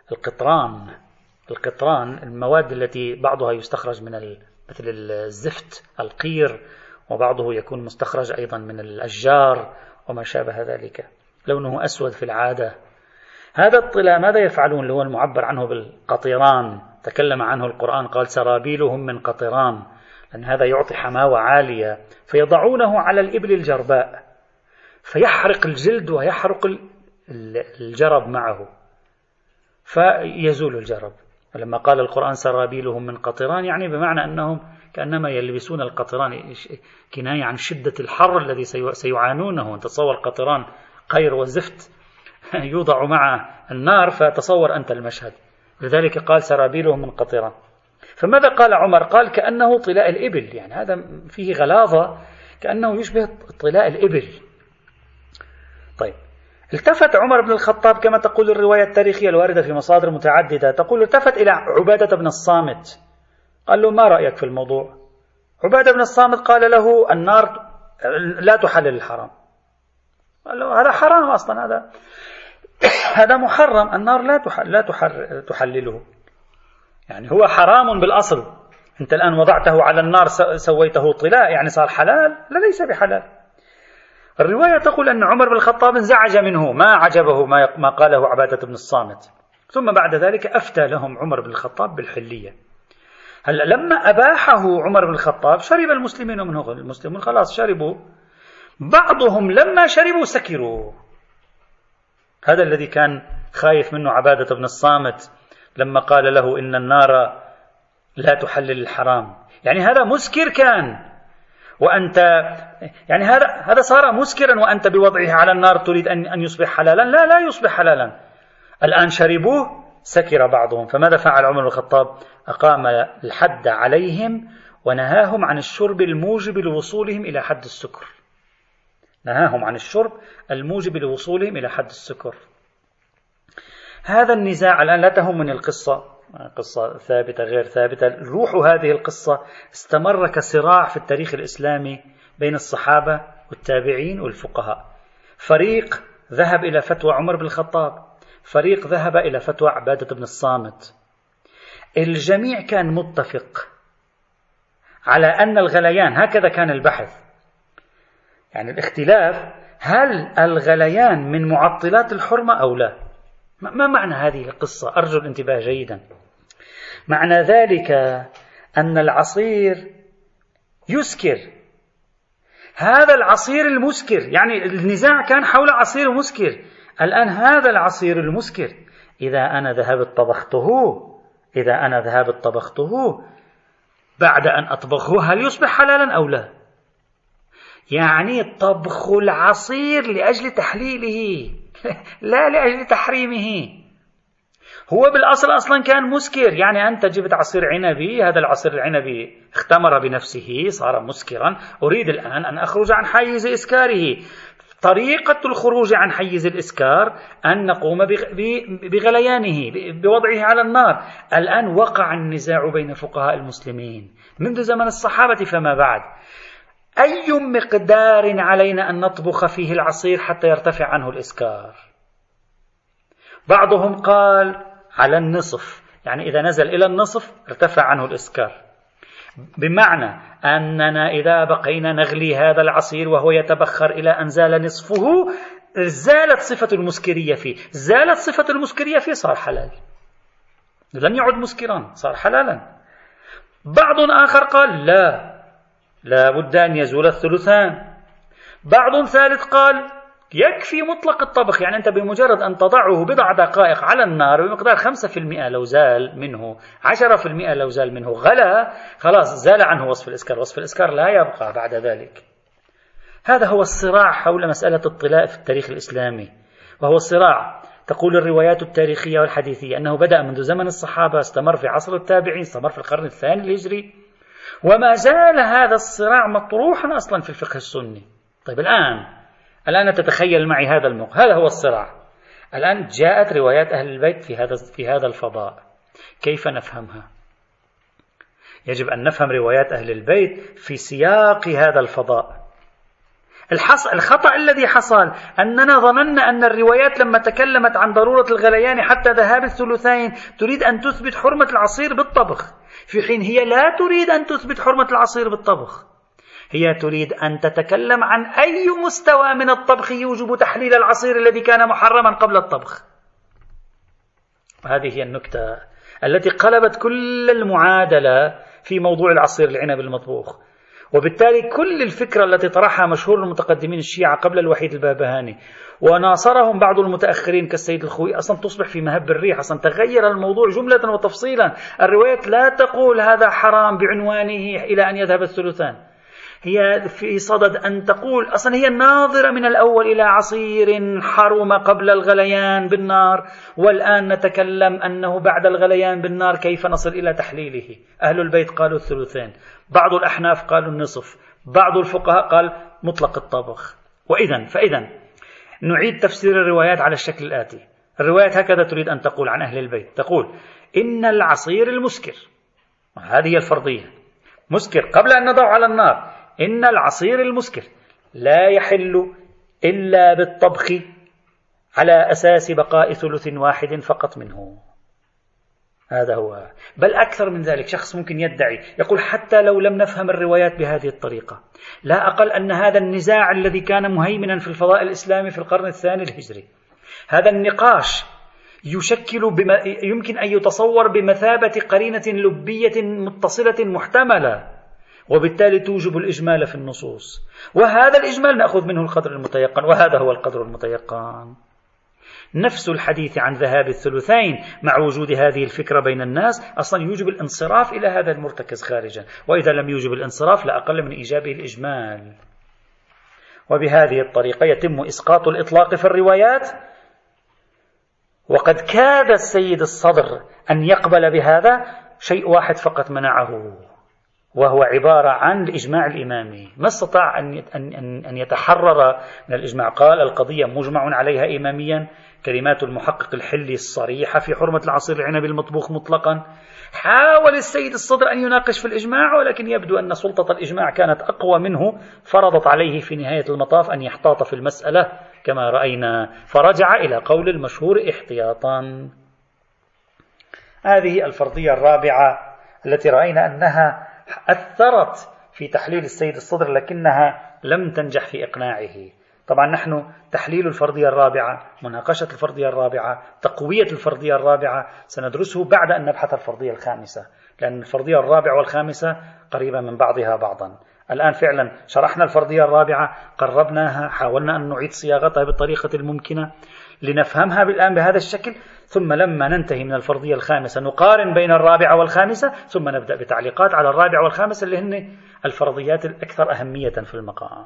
القطران، المواد التي بعضها يستخرج من مثل الزفت، القير، وبعضه يكون مستخرج أيضا من الأشجار وما شابه ذلك، لونه أسود في العادة. هذا الطلاء ماذا يفعلون؟ اللي هو المعبر عنه بالقطران، تكلم عنه القرآن، قال سرابيلهم من قطران، لأن هذا يعطي حماوة عالية، فيضعونه على الإبل الجرباء فيحرق الجلد ويحرق الجرب معه فيزول الجرب. ولما قال القرآن سرابيلهم من قطران، يعني بمعنى أنهم كأنما يلبسون القطران، كناية عن شدة الحر الذي سيعانونه. تصور قطران قير وزفت يوضع مع النار، فتصور أنت المشهد. لذلك قال سرابيلهم من قطران. فماذا قال عمر؟ قال كأنه طلاء الإبل، يعني هذا فيه غلاظة كأنه يشبه طلاء الإبل. طيب التفت عمر بن الخطاب كما تقول الرواية التاريخية الواردة في مصادر متعددة، تقول التفت إلى عبادة بن الصامت، قال له ما رأيك في الموضوع؟ عبادة بن الصامت قال له النار لا تحلل الحرام. قال له هذا حرام أصلا، هذا محرم، النار لا تحلله، يعني هو حرام بالأصل، أنت الآن وضعته على النار سويته طلاء، يعني صار حلال؟ لا، ليس بحلال. الرواية تقول أن عمر بن الخطاب انزعج منه، ما عجبه ما قاله عبادة بن الصامت، ثم بعد ذلك أفتى لهم عمر بن الخطاب بالحلية. هلا لما أباحه عمر بن الخطاب شرب المسلمين منه، المسلمون خلاص شربوا، بعضهم لما شربوا سكروا. هذا الذي كان خايف منه عبادة بن الصامت لما قال له إن النار لا تحلل الحرام، يعني هذا مسكر كان، وأنت يعني هذا صار مسكرا، وأنت بوضعه على النار تريد أن يصبح حلالا؟ لا يصبح حلالا. الآن شربوه سكر بعضهم. فماذا فعل عمر بن الخطاب؟ أقام الحد عليهم ونهاهم عن الشرب الموجب لوصولهم إلى حد السكر. نهاهم عن الشرب الموجب لوصولهم إلى حد السكر. هذا النزاع الآن لا تهمني القصة، قصة ثابتة غير ثابتة، روح هذه القصة استمر كصراع في التاريخ الإسلامي بين الصحابة والتابعين والفقهاء. فريق ذهب إلى فتوى عمر بن الخطاب، فريق ذهب إلى فتوى عبادة بن الصامت. الجميع كان متفق على أن الغليان، هكذا كان البحث، يعني الاختلاف هل الغليان من معطلات الحرمة أو لا. ما معنى هذه القصة؟ أرجو الانتباه جيدا. معنى ذلك أن العصير يسكر، هذا العصير المسكر، يعني النزاع كان حول عصير مسكر. الآن هذا العصير المسكر إذا أنا ذهبت طبخته بعد أن أطبخه هل يصبح حلالا أو لا؟ يعني طبخ العصير لأجل تحليله لا لأجل تحريمه. هو بالأصل أصلا كان مسكر، يعني أنت جبت عصير عنبي، هذا العصير العنبي اختمر بنفسه صار مسكرا، أريد الآن أن أخرج عن حيز إسكاره. طريقة الخروج عن حيز الإسكار أن نقوم بغليانه، بوضعه على النار. الآن وقع النزاع بين فقهاء المسلمين منذ زمن الصحابة فما بعد، أي مقدار علينا أن نطبخ فيه العصير حتى يرتفع عنه الإسكار؟ بعضهم قال على النصف، يعني إذا نزل إلى النصف ارتفع عنه الإسكار، بمعنى أننا إذا بقينا نغلي هذا العصير وهو يتبخر إلى أن زال نصفه زالت صفة المسكرية فيه، زالت صفة المسكرية فيه صار حلال، لم يعد مسكرا صار حلالا. بعض آخر قال لا بد أن يزول الثلثان. بعض ثالث قال يكفي مطلق الطبخ، يعني أنت بمجرد أن تضعه بضع دقائق على النار بمقدار 5% لو زال منه، 10% لو زال منه غلا، خلاص زال عنه وصف الإسكار، وصف الإسكار لا يبقى بعد ذلك. هذا هو الصراع حول مسألة الطلاء في التاريخ الإسلامي، وهو الصراع تقول الروايات التاريخية والحديثية أنه بدأ منذ زمن الصحابة، استمر في عصر التابعين، استمر في القرن الثاني الهجري، وما زال هذا الصراع مطروحا أصلا في الفقه السني. طيب الآن تتخيل معي هذا الموقف، هذا هو الصراع. الآن جاءت روايات أهل البيت في هذا الفضاء، كيف نفهمها؟ يجب أن نفهم روايات أهل البيت في سياق هذا الفضاء. الخطأ الذي حصل أننا ظننا أن الروايات لما تكلمت عن ضرورة الغليان حتى ذهاب الثلثين تريد أن تثبت حرمة العصير بالطبخ، في حين هي لا تريد أن تثبت حرمة العصير بالطبخ، هي تريد أن تتكلم عن أي مستوى من الطبخ يوجب تحليل العصير الذي كان محرما قبل الطبخ. هذه هي النكتة التي قلبت كل المعادلة في موضوع العصير العنب المطبوخ. وبالتالي كل الفكرة التي طرحها مشهور المتقدمين الشيعة قبل الوحيد البابهاني وناصرهم بعض المتأخرين كالسيد الخوئي أصلا تصبح في مهب الريح، أصلا تغير الموضوع جملة وتفصيلا. الروايات لا تقول هذا حرام بعنوانه إلى أن يذهب الثلثان، هي في صدد أن تقول أصلا هي ناظرة من الأول إلى عصير حرم قبل الغليان بالنار، والآن نتكلم أنه بعد الغليان بالنار كيف نصل إلى تحليله. أهل البيت قالوا الثلثين، بعض الأحناف قالوا النصف، بعض الفقهاء قال مطلق الطبخ. فإذا نعيد تفسير الروايات على الشكل الآتي. الروايات هكذا تريد أن تقول عن أهل البيت، تقول إن العصير المسكر، هذه الفرضية، مسكر قبل أن نضعه على النار، إن العصير المسكر لا يحل إلا بالطبخ على أساس بقاء ثلث واحد فقط منه. هذا هو، بل أكثر من ذلك. شخص ممكن يدعي يقول حتى لو لم نفهم الروايات بهذه الطريقة، لا أقل أن هذا النزاع الذي كان مهيمنا في الفضاء الإسلامي في القرن الثاني الهجري، هذا النقاش يشكل يمكن أن يتصور بمثابة قرينة لبية متصلة محتملة، وبالتالي توجب الإجمال في النصوص، وهذا الإجمال نأخذ منه القدر المتيقن، وهذا هو القدر المتيقن. نفس الحديث عن ذهاب الثلثين مع وجود هذه الفكرة بين الناس أصلا يوجب الانصراف إلى هذا المرتكز خارجا، وإذا لم يوجب الانصراف لا أقل من إيجابه الإجمال. وبهذه الطريقة يتم إسقاط الإطلاق في الروايات. وقد كاد السيد الصدر أن يقبل بهذا، شيء واحد فقط منعه، وهو عبارة عن الإجماع الإمامي. ما استطاع أن يتحرر من الإجماع. قال القضية مجمع عليها إماميا، كلمات المحقق الحلي الصريحة في حرمة العصير العنبي المطبوخ مطلقا. حاول السيد الصدر أن يناقش في الإجماع، ولكن يبدو أن سلطة الإجماع كانت أقوى منه، فرضت عليه في نهاية المطاف أن يحتاط في المسألة كما رأينا، فرجع إلى قول المشهور احتياطا. هذه الفرضية الرابعة التي رأينا أنها أثرت في تحليل السيد الصدر لكنها لم تنجح في إقناعه. طبعا نحن تحليل الفرضية الرابعة، مناقشة الفرضية الرابعة، تقوية الفرضية الرابعة سندرسه بعد أن نبحث الفرضية الخامسة، لأن الفرضية الرابعة والخامسة قريبة من بعضها بعضا. الآن فعلا شرحنا الفرضية الرابعة، قربناها، حاولنا أن نعيد صياغتها بالطريقة الممكنة لنفهمها الآن بهذا الشكل، ثم لما ننتهي من الفرضية الخامسة نقارن بين الرابعة والخامسة، ثم نبدأ بتعليقات على الرابعة والخامسة اللي هن الفرضيات الأكثر أهمية في المقام.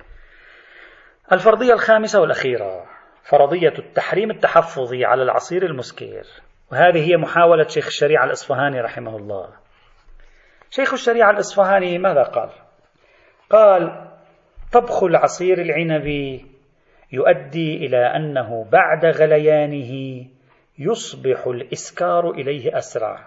الفرضية الخامسة والأخيرة فرضية التحريم التحفظي على العصير المسكر، وهذه هي محاولة شيخ الشريعة الإصفهاني رحمه الله. شيخ الشريعة الإصفهاني ماذا قال؟ قال: طبخ العصير العنبي يؤدي إلى أنه بعد غليانه يصبح الإسكار إليه أسرع.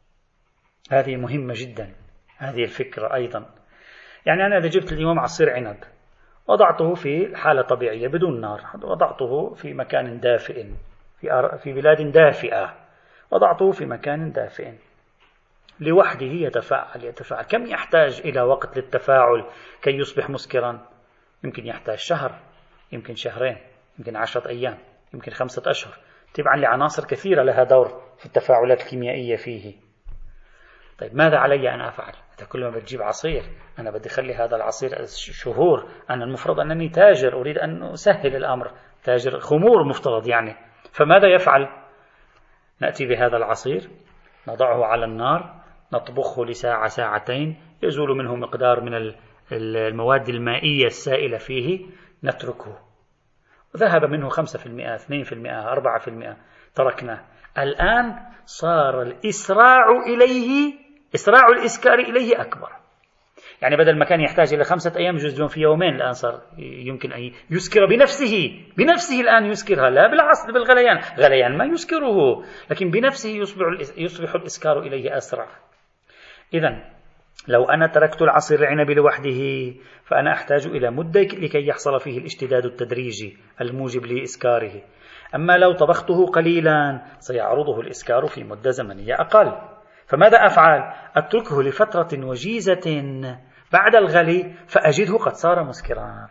هذه مهمة جدا، هذه الفكرة أيضا. يعني أنا إذا جبت اليوم عصير عنب وضعته في حالة طبيعية بدون نار، وضعته في مكان دافئ في بلاد دافئة، وضعته في مكان دافئ لوحده يتفاعل. كم يحتاج إلى وقت للتفاعل كي يصبح مسكرا؟ يمكن يحتاج شهر، يمكن شهرين، يمكن 10 أيام، يمكن 5 أشهر، تبعا لعناصر كثيرة لها دور في التفاعلات الكيميائية فيه. طيب ماذا علي أن أفعل؟ إذا كل ما بتجيب عصير أنا بدي أخلي هذا العصير شهور، أنا المفروض أنني تاجر أريد أن أسهل الأمر، تاجر خمور مفترض يعني. فماذا يفعل؟ نأتي بهذا العصير نضعه على النار، نطبخه لساعة ساعتين، يزول منه مقدار من المواد المائية السائلة فيه، نتركه، ذهب منه 5%، 2%، 4%، تركناه. الآن صار إسراع الإسكار إليه أكبر. يعني بدل ما كان يحتاج إلى 5 أيام يجوز في يومين، الآن صار يمكن أن يسكر بنفسه الآن يسكرها، لا بالغليان، غليان ما يسكره، لكن بنفسه يصبح الإسكار إليه أسرع. إذن لو أنا تركت العصير العنبي لوحده فأنا أحتاج إلى مدة لكي يحصل فيه الاشتداد التدريجي الموجب لإسكاره. أما لو طبخته قليلا سيعرضه الإسكار في مدة زمنية أقل. فماذا أفعل؟ أتركه لفترة وجيزة بعد الغلي فأجده قد صار مسكرا.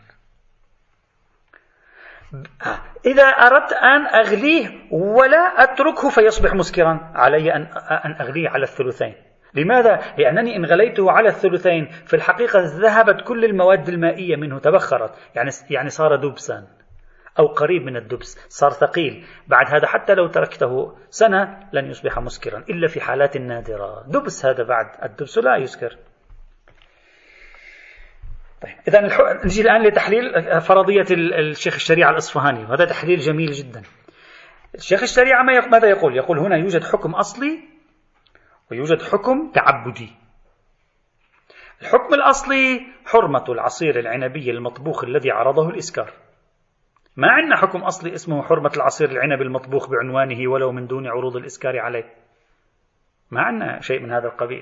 إذا أردت أن أغليه ولا أتركه فيصبح مسكرا، علي أن أغليه على الثلثين. لماذا؟ لأنني إن غليته على الثلثين في الحقيقة ذهبت كل المواد المائية منه، تبخرت، يعني صار دبسا أو قريب من الدبس، صار ثقيل. بعد هذا حتى لو تركته سنة لن يصبح مسكرا إلا في حالات نادرة. دبس هذا، بعد الدبس لا يسكر. طيب إذن نجي الآن لتحليل فرضية الشيخ الشريعة الإصفهاني، وهذا تحليل جميل جدا. الشيخ الشريعة ماذا يقول؟ يقول هنا يوجد حكم أصلي ويوجد حكم تعبدي. الحكم الأصلي حرمة العصير العنبي المطبوخ الذي عرضه الإسكار. ما عندنا حكم أصلي اسمه حرمة العصير العنبي المطبوخ بعنوانه ولو من دون عروض الإسكار عليه، ما عندنا شيء من هذا القبيل.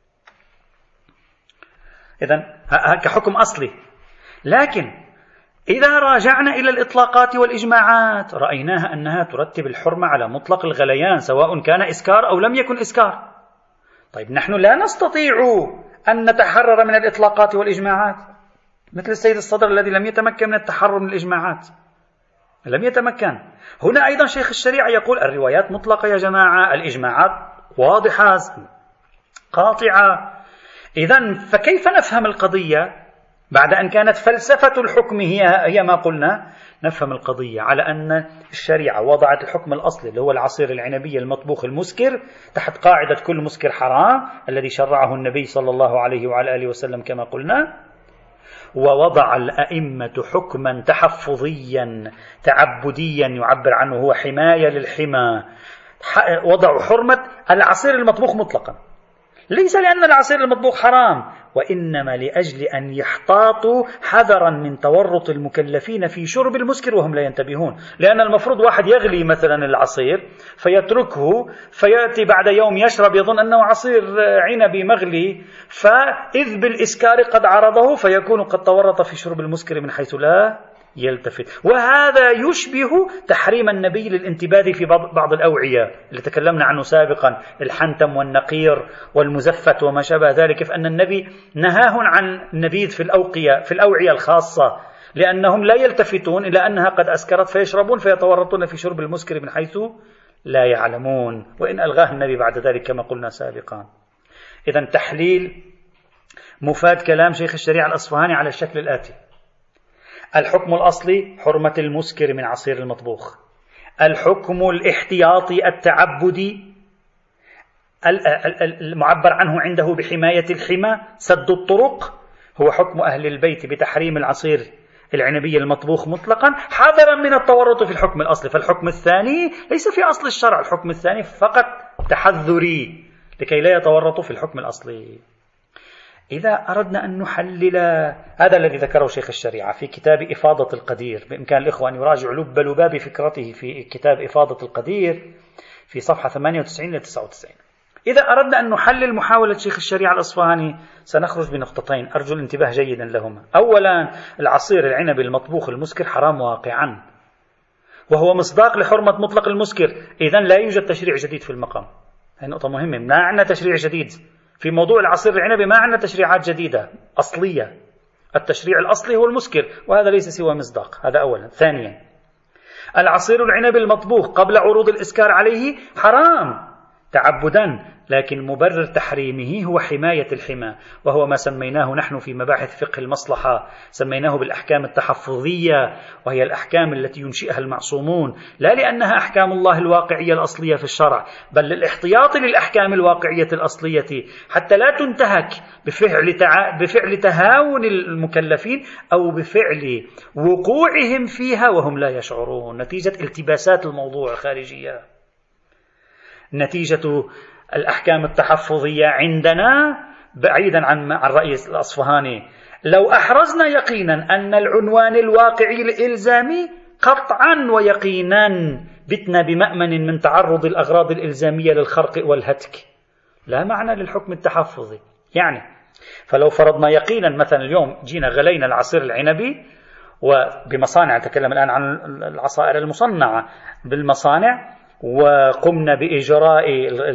إذن كحكم أصلي. لكن إذا راجعنا إلى الإطلاقات والإجماعات رأيناها أنها ترتب الحرمة على مطلق الغليان سواء كان إسكار أو لم يكن إسكار. طيب نحن لا نستطيع أن نتحرر من الإطلاقات والإجماعات، مثل السيد الصدر الذي لم يتمكن من التحرر من الإجماعات، لم يتمكن. هنا أيضا شيخ الشريعة يقول الروايات مطلقة يا جماعة، الإجماعات واضحة قاطعة. إذن فكيف نفهم القضية بعد أن كانت فلسفة الحكم هي ما قلنا؟ نفهم القضية على أن الشريعة وضعت الحكم الأصلي اللي هو العصير العنبي المطبوخ المسكر تحت قاعدة كل مسكر حرام الذي شرعه النبي صلى الله عليه وعلى آله وسلم كما قلنا، ووضع الأئمة حكما تحفظيا تعبديا يعبر عنه هو حماية للحمى، وضعوا حرمة العصير المطبوخ مطلقا، ليس لأن العصير المطبوخ حرام، وإنما لأجل أن يحتاطوا حذرا من تورط المكلفين في شرب المسكر وهم لا ينتبهون. لأن المفروض واحد يغلي مثلا العصير فيتركه فيأتي بعد يوم يشرب يظن أنه عصير عنبي مغلي، فإذ بالإسكار قد عرضه فيكون قد تورط في شرب المسكر من حيث لا يلتفت. وهذا يشبه تحريم النبي للانتباذ في بعض الأوعية اللي تكلمنا عنه سابقا، الحنتم والنقير والمزفت وما شابه ذلك، فأن النبي نهاهم عن النبيذ في الأوعية الخاصة، لأنهم لا يلتفتون إلى أنها قد أسكرت فيشربون فيتورطون في شرب المسكر من حيث لا يعلمون، وإن ألغاه النبي بعد ذلك كما قلنا سابقا. إذن تحليل مفاد كلام شيخ الشريعة الأصفهاني على الشكل الآتي: الحكم الأصلي حرمة المسكر من عصير المطبوخ. الحكم الاحتياطي التعبدي المعبر عنه عنده بحماية الحمى سد الطرق هو حكم أهل البيت بتحريم العصير العنبي المطبوخ مطلقا، حذرا من التورط في الحكم الأصلي. فالحكم الثاني ليس في أصل الشرع، الحكم الثاني فقط تحذري لكي لا يتورطوا في الحكم الأصلي. إذا أردنا أن نحلل هذا الذي ذكره شيخ الشريعة في كتاب إفاضة القدير، بإمكان الإخوة أن يراجعوا لباب فكرته في كتاب إفاضة القدير في صفحة 98 ل 99. إذا أردنا أن نحلل محاولة شيخ الشريعة الأصفهاني سنخرج بنقطتين أرجو الانتباه جيدا لهما. أولا، العصير العنبي المطبوخ المسكر حرام واقعا، وهو مصداق لحرمة مطلق المسكر، إذن لا يوجد تشريع جديد في المقام. هذه نقطة مهمة، ما عندنا تشريع جديد في موضوع العصير العنبي، ما عندنا تشريعات جديدة أصلية. التشريع الأصلي هو المسكر، وهذا ليس سوى مصداق. هذا أولا. ثانيا، العصير العنبي المطبوخ قبل عروض الإسكار عليه حرام تعبدا، لكن مبرر تحريمه هو حماية الحمى، وهو ما سميناه نحن في مباحث فقه المصلحة سميناه بالأحكام التحفظية، وهي الأحكام التي ينشئها المعصومون، لا لأنها أحكام الله الواقعية الأصلية في الشرع، بل للاحتياط للأحكام الواقعية الأصلية حتى لا تنتهك بفعل تهاون المكلفين أو بفعل وقوعهم فيها وهم لا يشعرون، نتيجة التباسات الموضوع الخارجية. نتيجة الأحكام التحفظية عندنا بعيدا عن رأي الأصفهاني، لو أحرزنا يقينا أن العنوان الواقعي الإلزامي قطعا ويقينا بتنا بمأمن من تعرض الأغراض الإلزامية للخرق والهتك، لا معنى للحكم التحفظي. يعني فلو فرضنا يقينا مثلا اليوم جينا غلينا العصير العنبي وبمصانع، نتكلم الآن عن العصائر المصنعة بالمصانع، وقمنا بإجراء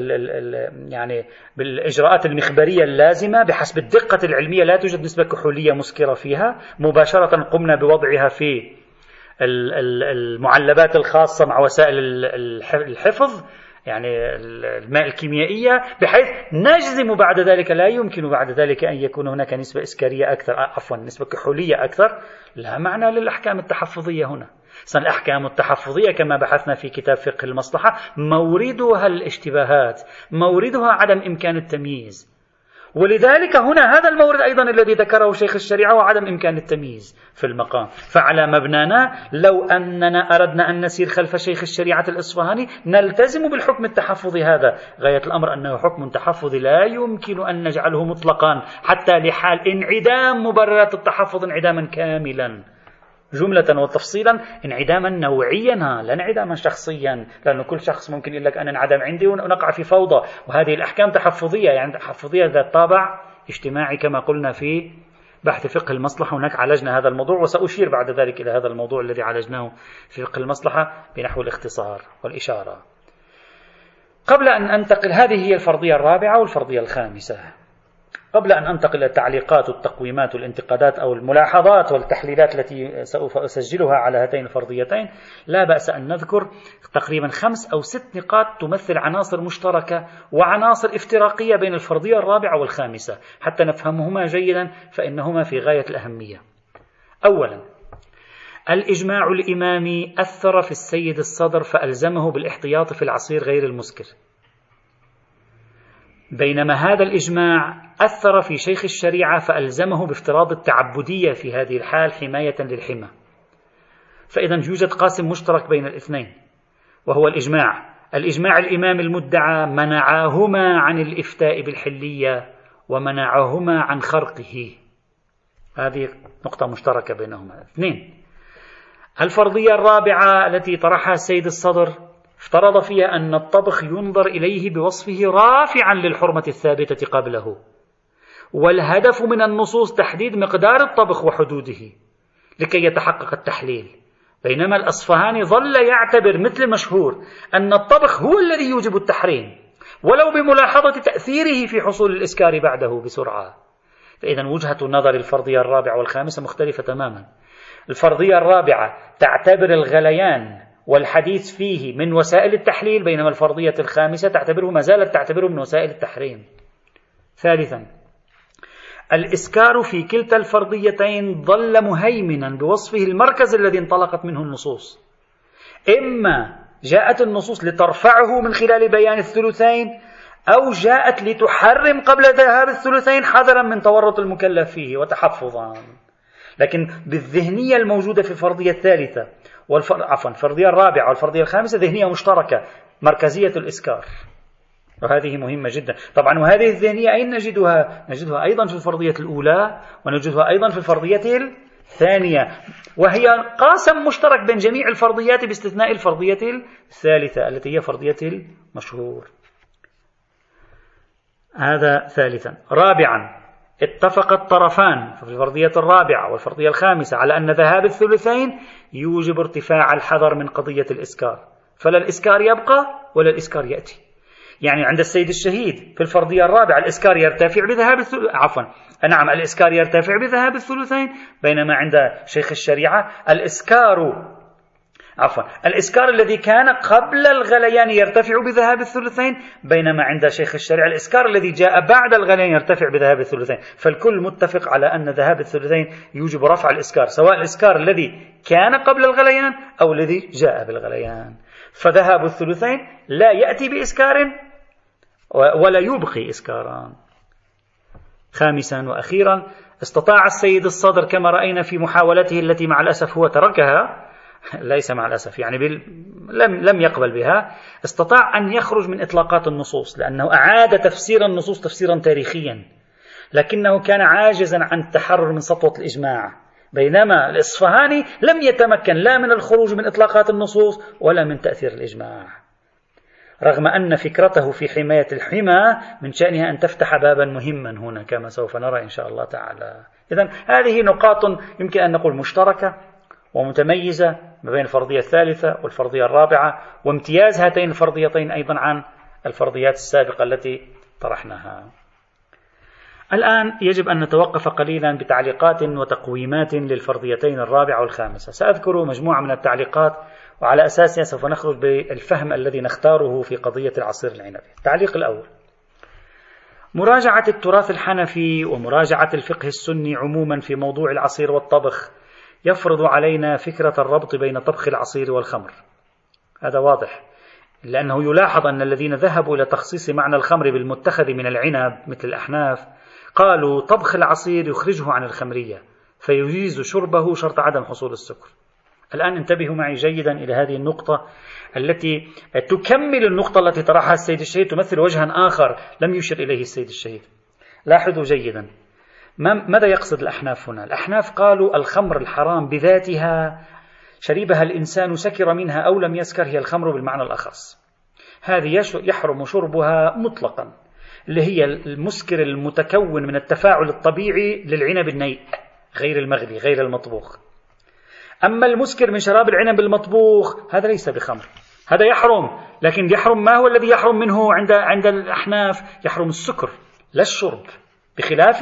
يعني بالإجراءات المخبرية اللازمة بحسب الدقة العلمية، لا توجد نسبة كحولية مسكرة فيها، مباشرة قمنا بوضعها في المعلبات الخاصة مع وسائل الحفظ، يعني الماء الكيميائية، بحيث نجزم بعد ذلك لا يمكن بعد ذلك أن يكون هناك نسبة إسكارية أكثر، نسبة كحولية أكثر. لا معنى للأحكام التحفظية هنا. الأحكام التحفظية كما بحثنا في كتاب فقه المصلحة موردها الاشتباهات، موردها عدم إمكان التمييز، ولذلك هنا هذا المورد أيضا الذي ذكره شيخ الشريعة وعدم إمكان التمييز في المقام. فعلى مبنانا لو أننا أردنا أن نسير خلف شيخ الشريعة الإصفهاني نلتزم بالحكم التحفظي هذا، غاية الأمر أنه حكم تحفظي لا يمكن أن نجعله مطلقا حتى لحال انعدام مبررات التحفظ انعداما كاملا، جملة وتفصيلا، انعداما نوعيا لا انعداما شخصيا، لأن كل شخص ممكن يقول لك أنا انعدم عندي ونقع في فوضى، وهذه الأحكام تحفظية، يعني تحفظية ذات طابع اجتماعي كما قلنا في بحث فقه المصلحة. هناك عالجنا هذا الموضوع، وسأشير بعد ذلك إلى هذا الموضوع الذي عالجناه في فقه المصلحة بنحو الاختصار والإشارة. قبل أن أنتقل، هذه هي الفرضية الرابعة والفرضية الخامسة. قبل أن أنتقل إلى التعليقات والتقويمات والانتقادات أو الملاحظات والتحليلات التي سوف أسجلها على هاتين الفرضيتين، لا بأس أن نذكر تقريبا 5 أو 6 نقاط تمثل عناصر مشتركة وعناصر افتراقية بين الفرضية الرابعة والخامسة حتى نفهمهما جيدا، فإنهما في غاية الأهمية. أولا، الإجماع الإمامي أثر في السيد الصدر فألزمه بالاحتياط في العصير غير المسكر، بينما هذا الإجماع أثر في شيخ الشريعة فألزمه بافتراض التعبدية في هذه الحال حماية للحمى. فإذا يوجد قاسم مشترك بين الاثنين، وهو الإجماع الإمام المدعى منعهما عن الإفتاء بالحلية ومنعهما عن خرقه، هذه نقطة مشتركة بينهما. 2، الفرضية الرابعة التي طرحها السيد الصدر افترض فيها أن الطبخ ينظر إليه بوصفه رافعا للحرمة الثابتة قبله، والهدف من النصوص تحديد مقدار الطبخ وحدوده، لكي يتحقق التحليل، بينما الأصفهاني ظل يعتبر مثل المشهور أن الطبخ هو الذي يوجب التحريم، ولو بملاحظة تأثيره في حصول الإسكار بعده بسرعة. فإذا وجهة نظر الفرضية الرابعة والخامسة مختلفة تماما. الفرضية الرابعة تعتبر الغليان والحديث فيه من وسائل التحليل، بينما الفرضية الخامسة تعتبره ما زالت تعتبره من وسائل التحريم. ثالثا، الإسكار في كلتا الفرضيتين ظل مهيمنا بوصفه المركز الذي انطلقت منه النصوص. إما جاءت النصوص لترفعه من خلال بيان الثلثين، أو جاءت لتحرم قبل ذهاب الثلثين حذرا من تورط المكلف فيه وتحفظا. لكن بالذهنية الموجودة في الفرضية الثالثة الفرضية الرابعة والفرضية الخامسة ذهنية مشتركة، مركزية الإسكار، وهذه مهمة جدا طبعا. وهذه الذهنية أين نجدها؟ نجدها أيضا في الفرضية الأولى، ونجدها أيضا في الفرضية الثانية، وهي قاسم مشترك بين جميع الفرضيات باستثناء الفرضية الثالثة التي هي فرضية المشهور. هذا ثالثا. رابعا، اتفق الطرفان في الفرضية الرابعة والفرضية الخامسة على أن ذهاب الثلثين يوجب ارتفاع الحذر من قضية الإسكار، فلا الإسكار يبقى ولا الإسكار يأتي. يعني عند السيد الشهيد في الفرضية الرابعة الإسكار يرتفع بذهاب الإسكار يرتفع بذهاب الثلثين، بينما عند شيخ الشريعة الإسكار الذي كان قبل الغليان يرتفع بذهاب الثلثين، بينما عند شيخ الشريعة الإسكار الذي جاء بعد الغليان يرتفع بذهاب الثلثين. فالكل متفق على أن ذهاب الثلثين يوجب رفع الإسكار، سواء الإسكار الذي كان قبل الغليان أو الذي جاء بالغليان. فذهاب الثلثين لا يأتي بإسكار ولا يبقي إسكارا. خامسا وأخيرا، استطاع السيد الصدر كما رأينا في محاولته التي مع الأسف هو تركها، ليس مع الأسف يعني لم يقبل بها، استطاع أن يخرج من إطلاقات النصوص، لأنه أعاد تفسير النصوص تفسيرا تاريخيا، لكنه كان عاجزا عن التحرر من سطوة الإجماع. بينما الإصفهاني لم يتمكن لا من الخروج من إطلاقات النصوص ولا من تأثير الإجماع، رغم أن فكرته في حماية الحمى من شأنها أن تفتح بابا مهما هنا كما سوف نرى إن شاء الله تعالى. إذن هذه نقاط يمكن أن نقول مشتركة ومتميزة ما بين الفرضية الثالثة والفرضية الرابعة، وامتياز هاتين الفرضيتين أيضا عن الفرضيات السابقة التي طرحناها. الآن يجب أن نتوقف قليلا بتعليقات وتقويمات للفرضيتين الرابعة والخامسة. سأذكر مجموعة من التعليقات، وعلى أساسها سوف نخرج بالفهم الذي نختاره في قضية العصير العنبي. التعليق الأول: مراجعة التراث الحنفي ومراجعة الفقه السني عموما في موضوع العصير والطبخ يفرض علينا فكرة الربط بين طبخ العصير والخمر. هذا واضح، لأنه يلاحظ أن الذين ذهبوا إلى تخصيص معنى الخمر بالمتخذ من العنب مثل الأحناف قالوا طبخ العصير يخرجه عن الخمرية فيجيز شربه شرط عدم حصول السكر. الآن انتبهوا معي جيدا إلى هذه النقطة التي تكمل النقطة التي طرحها السيد الشهيد، تمثل وجها آخر لم يشر إليه السيد الشهيد. لاحظوا جيدا ماذا يقصد الأحناف هنا. الأحناف قالوا الخمر الحرام بذاتها شربها الإنسان سكر منها أو لم يسكر، هي الخمر بالمعنى الأخص، هذه يحرم شربها مطلقا، اللي هي المسكر المتكون من التفاعل الطبيعي للعنب النيء غير المغلي غير المطبوخ. أما المسكر من شراب العنب المطبوخ هذا ليس بخمر، هذا يحرم، لكن يحرم ما هو الذي يحرم منه عند الأحناف؟ يحرم السكر لا الشرب، بخلاف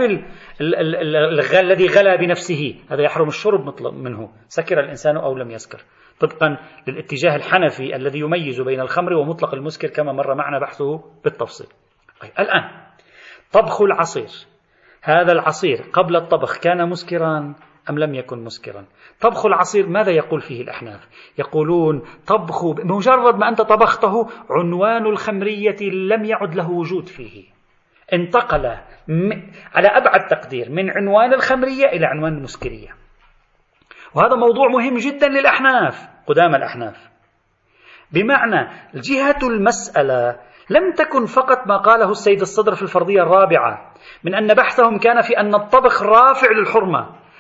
الذي غلى بنفسه هذا يحرم الشرب مطلق منه، سكر الإنسان أو لم يسكر، طبقا للاتجاه الحنفي الذي يميز بين الخمر ومطلق المسكر كما مر معنا بحثه بالتفصيل. الآن طبخ العصير، هذا العصير قبل الطبخ كان مسكرا أم لم يكن مسكرا؟ طبخ العصير ماذا يقول فيه الأحناف؟ يقولون طبخ بمجرد ما أنت طبخته عنوان الخمرية لم يعد له وجود فيه، انتقل على أبعد تقدير من عنوان الخمرية إلى عنوان المسكرية. وهذا موضوع مهم جدا للأحناف قدام الأحناف، بمعنى جهة المسألة لم تكن فقط ما قاله السيد الصدر في الفرضية الرابعة من أن بحثهم كان في أن الطبخ رافع للحرمة،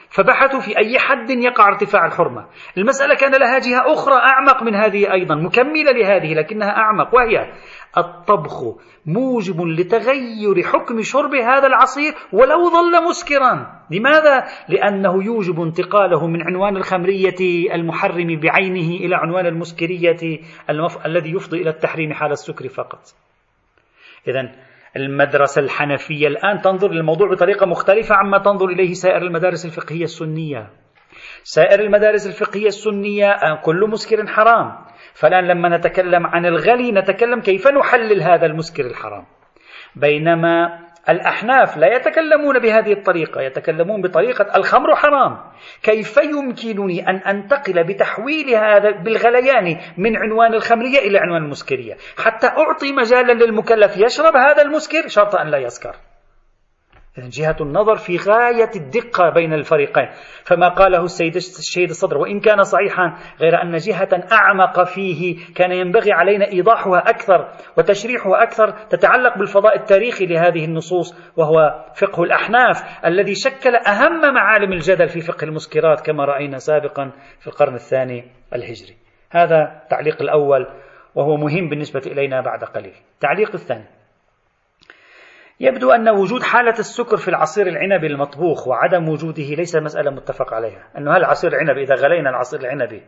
فبحثوا في أي حد يقع ارتفاع الحرمة. المسألة كان لها جهة أخرى أعمق من هذه أيضا، مكملة لهذه لكنها أعمق، وهي الطبخ موجب لتغير حكم شرب هذا العصير ولو ظل مسكرا. لماذا؟ لأنه يوجب انتقاله من عنوان الخمرية المحرم بعينه إلى عنوان المسكرية الذي يفضي إلى التحريم حال السكر فقط. إذن المدرسة الحنفية الآن تنظر للموضوع بطريقة مختلفة عما تنظر إليه سائر المدارس الفقهية السنية. سائر المدارس الفقهية السنية كل مسكر حرام، فالآن لما نتكلم عن الغلي نتكلم كيف نحلل هذا المسكر الحرام، بينما الأحناف لا يتكلمون بهذه الطريقة، يتكلمون بطريقة الخمر حرام، كيف يمكنني أن أنتقل بتحويل هذا بالغليان من عنوان الخمرية إلى عنوان المسكرية حتى أعطي مجالا للمكلف يشرب هذا المسكر شرط أن لا يسكر. إذن جهة النظر في غاية الدقة بين الفريقين. فما قاله الشهيد الصدر وإن كان صحيحا، غير أن جهة أعمق فيه كان ينبغي علينا إيضاحها أكثر وتشريحها أكثر، تتعلق بالفضاء التاريخي لهذه النصوص، وهو فقه الأحناف الذي شكل أهم معالم الجدل في فقه المسكرات كما رأينا سابقا في القرن الثاني الهجري. هذا التعليق الأول وهو مهم بالنسبة إلينا بعد قليل. التعليق الثاني: يبدو أن وجود حالة السكر في العصير العنبي المطبوخ وعدم وجوده ليس مسألة متفق عليها. أنه هل العصير العنبي إذا غلينا العصير العنبي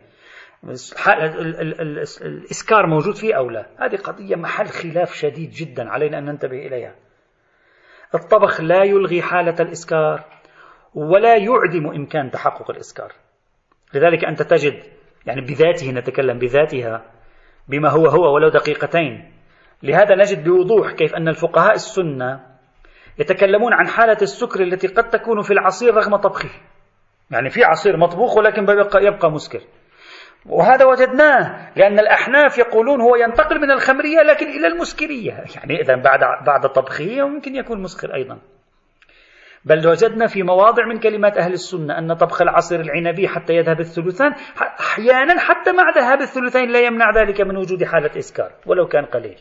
الإسكار موجود فيه أو لا، هذه قضية محل خلاف شديد جدا علينا أن ننتبه إليها. الطبخ لا يلغي حالة الإسكار ولا يعدم إمكان تحقق الإسكار. لذلك أنت تجد يعني بذاته، نتكلم بذاتها بما هو ولو دقيقتين. لهذا نجد بوضوح كيف أن الفقهاء السنة يتكلمون عن حالة السكر التي قد تكون في العصير رغم طبخه. يعني في عصير مطبوخ ولكن يبقى مسكر، وهذا وجدناه لأن الأحناف يقولون هو ينتقل من الخمرية لكن إلى المسكرية، يعني إذن بعد طبخه يمكن يكون مسكر أيضا. بل وجدنا في مواضع من كلمات أهل السنة أن طبخ العصير العنبي حتى يذهب الثلثان أحيانا حتى مع ذهاب الثلثين لا يمنع ذلك من وجود حالة إسكار ولو كان قليل.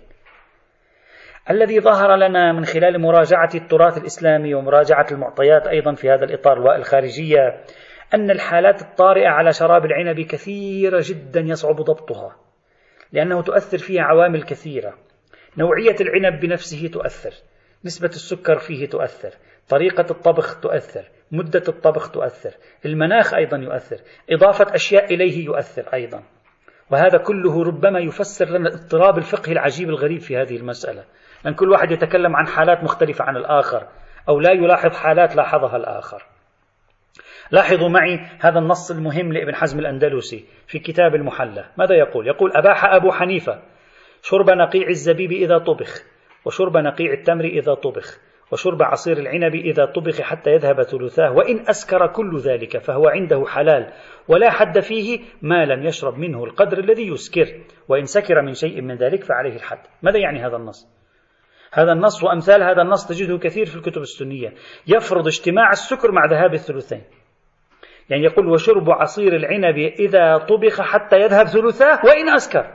الذي ظهر لنا من خلال مراجعة التراث الإسلامي ومراجعة المعطيات أيضا في هذا الإطار والخارجية أن الحالات الطارئة على شراب العنب كثيرة جدا يصعب ضبطها، لأنه تؤثر فيها عوامل كثيرة. نوعية العنب بنفسه تؤثر، نسبة السكر فيه تؤثر، طريقة الطبخ تؤثر، مدة الطبخ تؤثر، المناخ أيضا يؤثر، إضافة أشياء إليه يؤثر أيضا. وهذا كله ربما يفسر لنا اضطراب الفقه العجيب الغريب في هذه المسألة، أن كل واحد يتكلم عن حالات مختلفة عن الآخر أو لا يلاحظ حالات لاحظها الآخر. لاحظوا معي هذا النص المهم لابن حزم الأندلسي في كتاب المحلى. ماذا يقول؟ يقول: أباح أبو حنيفة شرب نقيع الزبيب إذا طبخ، وشرب نقيع التمر إذا طبخ، وشرب عصير العنب إذا طبخ حتى يذهب ثلثاه، وإن أسكر كل ذلك فهو عنده حلال ولا حد فيه ما لم يشرب منه القدر الذي يسكر، وإن سكر من شيء من ذلك فعليه الحد. ماذا يعني هذا النص؟ هذا النص وأمثال هذا النص تجده كثير في الكتب السنية، يفرض اجتماع السكر مع ذهاب الثلثين. يعني يقول: وشرب عصير العنب إذا طبخ حتى يذهب ثلثاه وإن أسكر.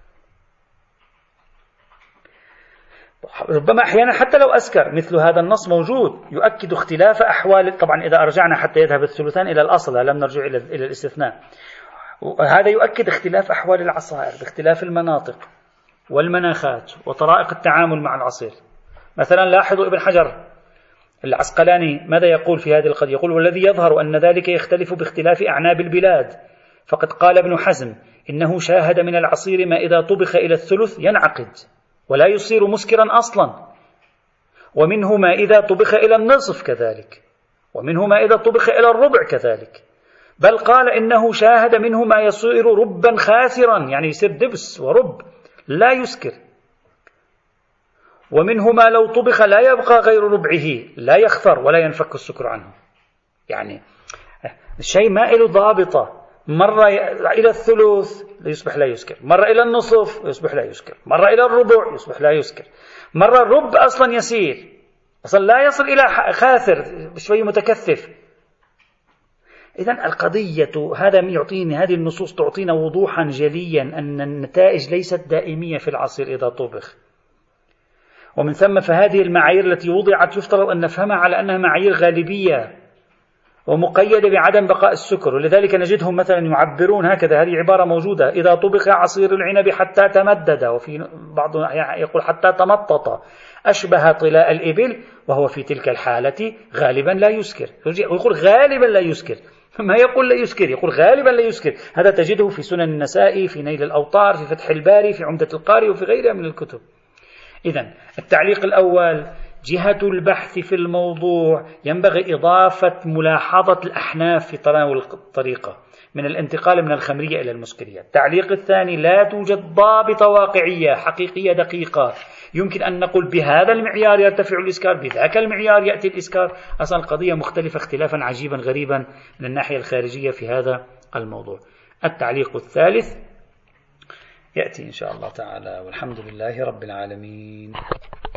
ربما أحيانا حتى لو أسكر. مثل هذا النص موجود يؤكد اختلاف أحوال، طبعا إذا أرجعنا حتى يذهب الثلثان إلى الأصل، لم نرجع إلى الاستثناء. هذا يؤكد اختلاف أحوال العصائر باختلاف المناطق والمناخات وطرائق التعامل مع العصير. مثلا لاحظوا ابن حجر العسقلاني ماذا يقول في هذه القضية؟ يقول: والذي يظهر أن ذلك يختلف باختلاف أعناب البلاد، فقد قال ابن حزم إنه شاهد من العصير ما إذا طبخ إلى الثلث ينعقد ولا يصير مسكرا أصلا، ومنه ما إذا طبخ إلى النصف كذلك، ومنه ما إذا طبخ إلى الربع كذلك، بل قال إنه شاهد منه ما يصير ربا خاسرا، يعني يصير دبس ورب لا يسكر، ومنه ما لو طبخ لا يبقى غير ربعه لا يخثر ولا ينفك السكر عنه. يعني الشيء ما له ضابطة، مرة إلى الثلث يصبح لا يسكر، مرة إلى النصف يصبح لا يسكر، مرة إلى الربع يصبح لا يسكر، مرة الرب أصلا يسير، أصلا لا يصل إلى خاثر شوي متكثف. إذن القضية هذا يعطيني، هذه النصوص تعطينا وضوحا جليا أن النتائج ليست دائمية في العصير إذا طبخ. ومن ثم فهذه المعايير التي وضعت يفترض أن نفهمها على أنها معايير غالبية، ومقيدة بعدم بقاء السكر، ولذلك نجدهم مثلا يعبرون هكذا، هذه عبارة موجودة: إذا طبخ عصير العنب حتى تمدد، وفي بعض يقول حتى تمطط، أشبه طلاء الإبل، وهو في تلك الحالة غالبا لا يسكر. ويقول غالبا لا يسكر، ما يقول لا يسكر، يقول غالبا لا يسكر. هذا تجده في سنن النسائي، في نيل الأوطار، في فتح الباري، في عمدة القاري، وفي غيرها من الكتب. إذن التعليق الأول: جهة البحث في الموضوع ينبغي إضافة ملاحظة الأحناف في تناول الطريقة من الانتقال من الخمرية إلى المسكرية. التعليق الثاني: لا توجد ضابطة واقعية حقيقية دقيقة يمكن أن نقول بهذا المعيار يرتفع الإسكار، بذاك المعيار يأتي الإسكار. أصلا القضية مختلفة اختلافا عجيبا غريبا من الناحية الخارجية في هذا الموضوع. التعليق الثالث يأتي إن شاء الله تعالى، والحمد لله رب العالمين.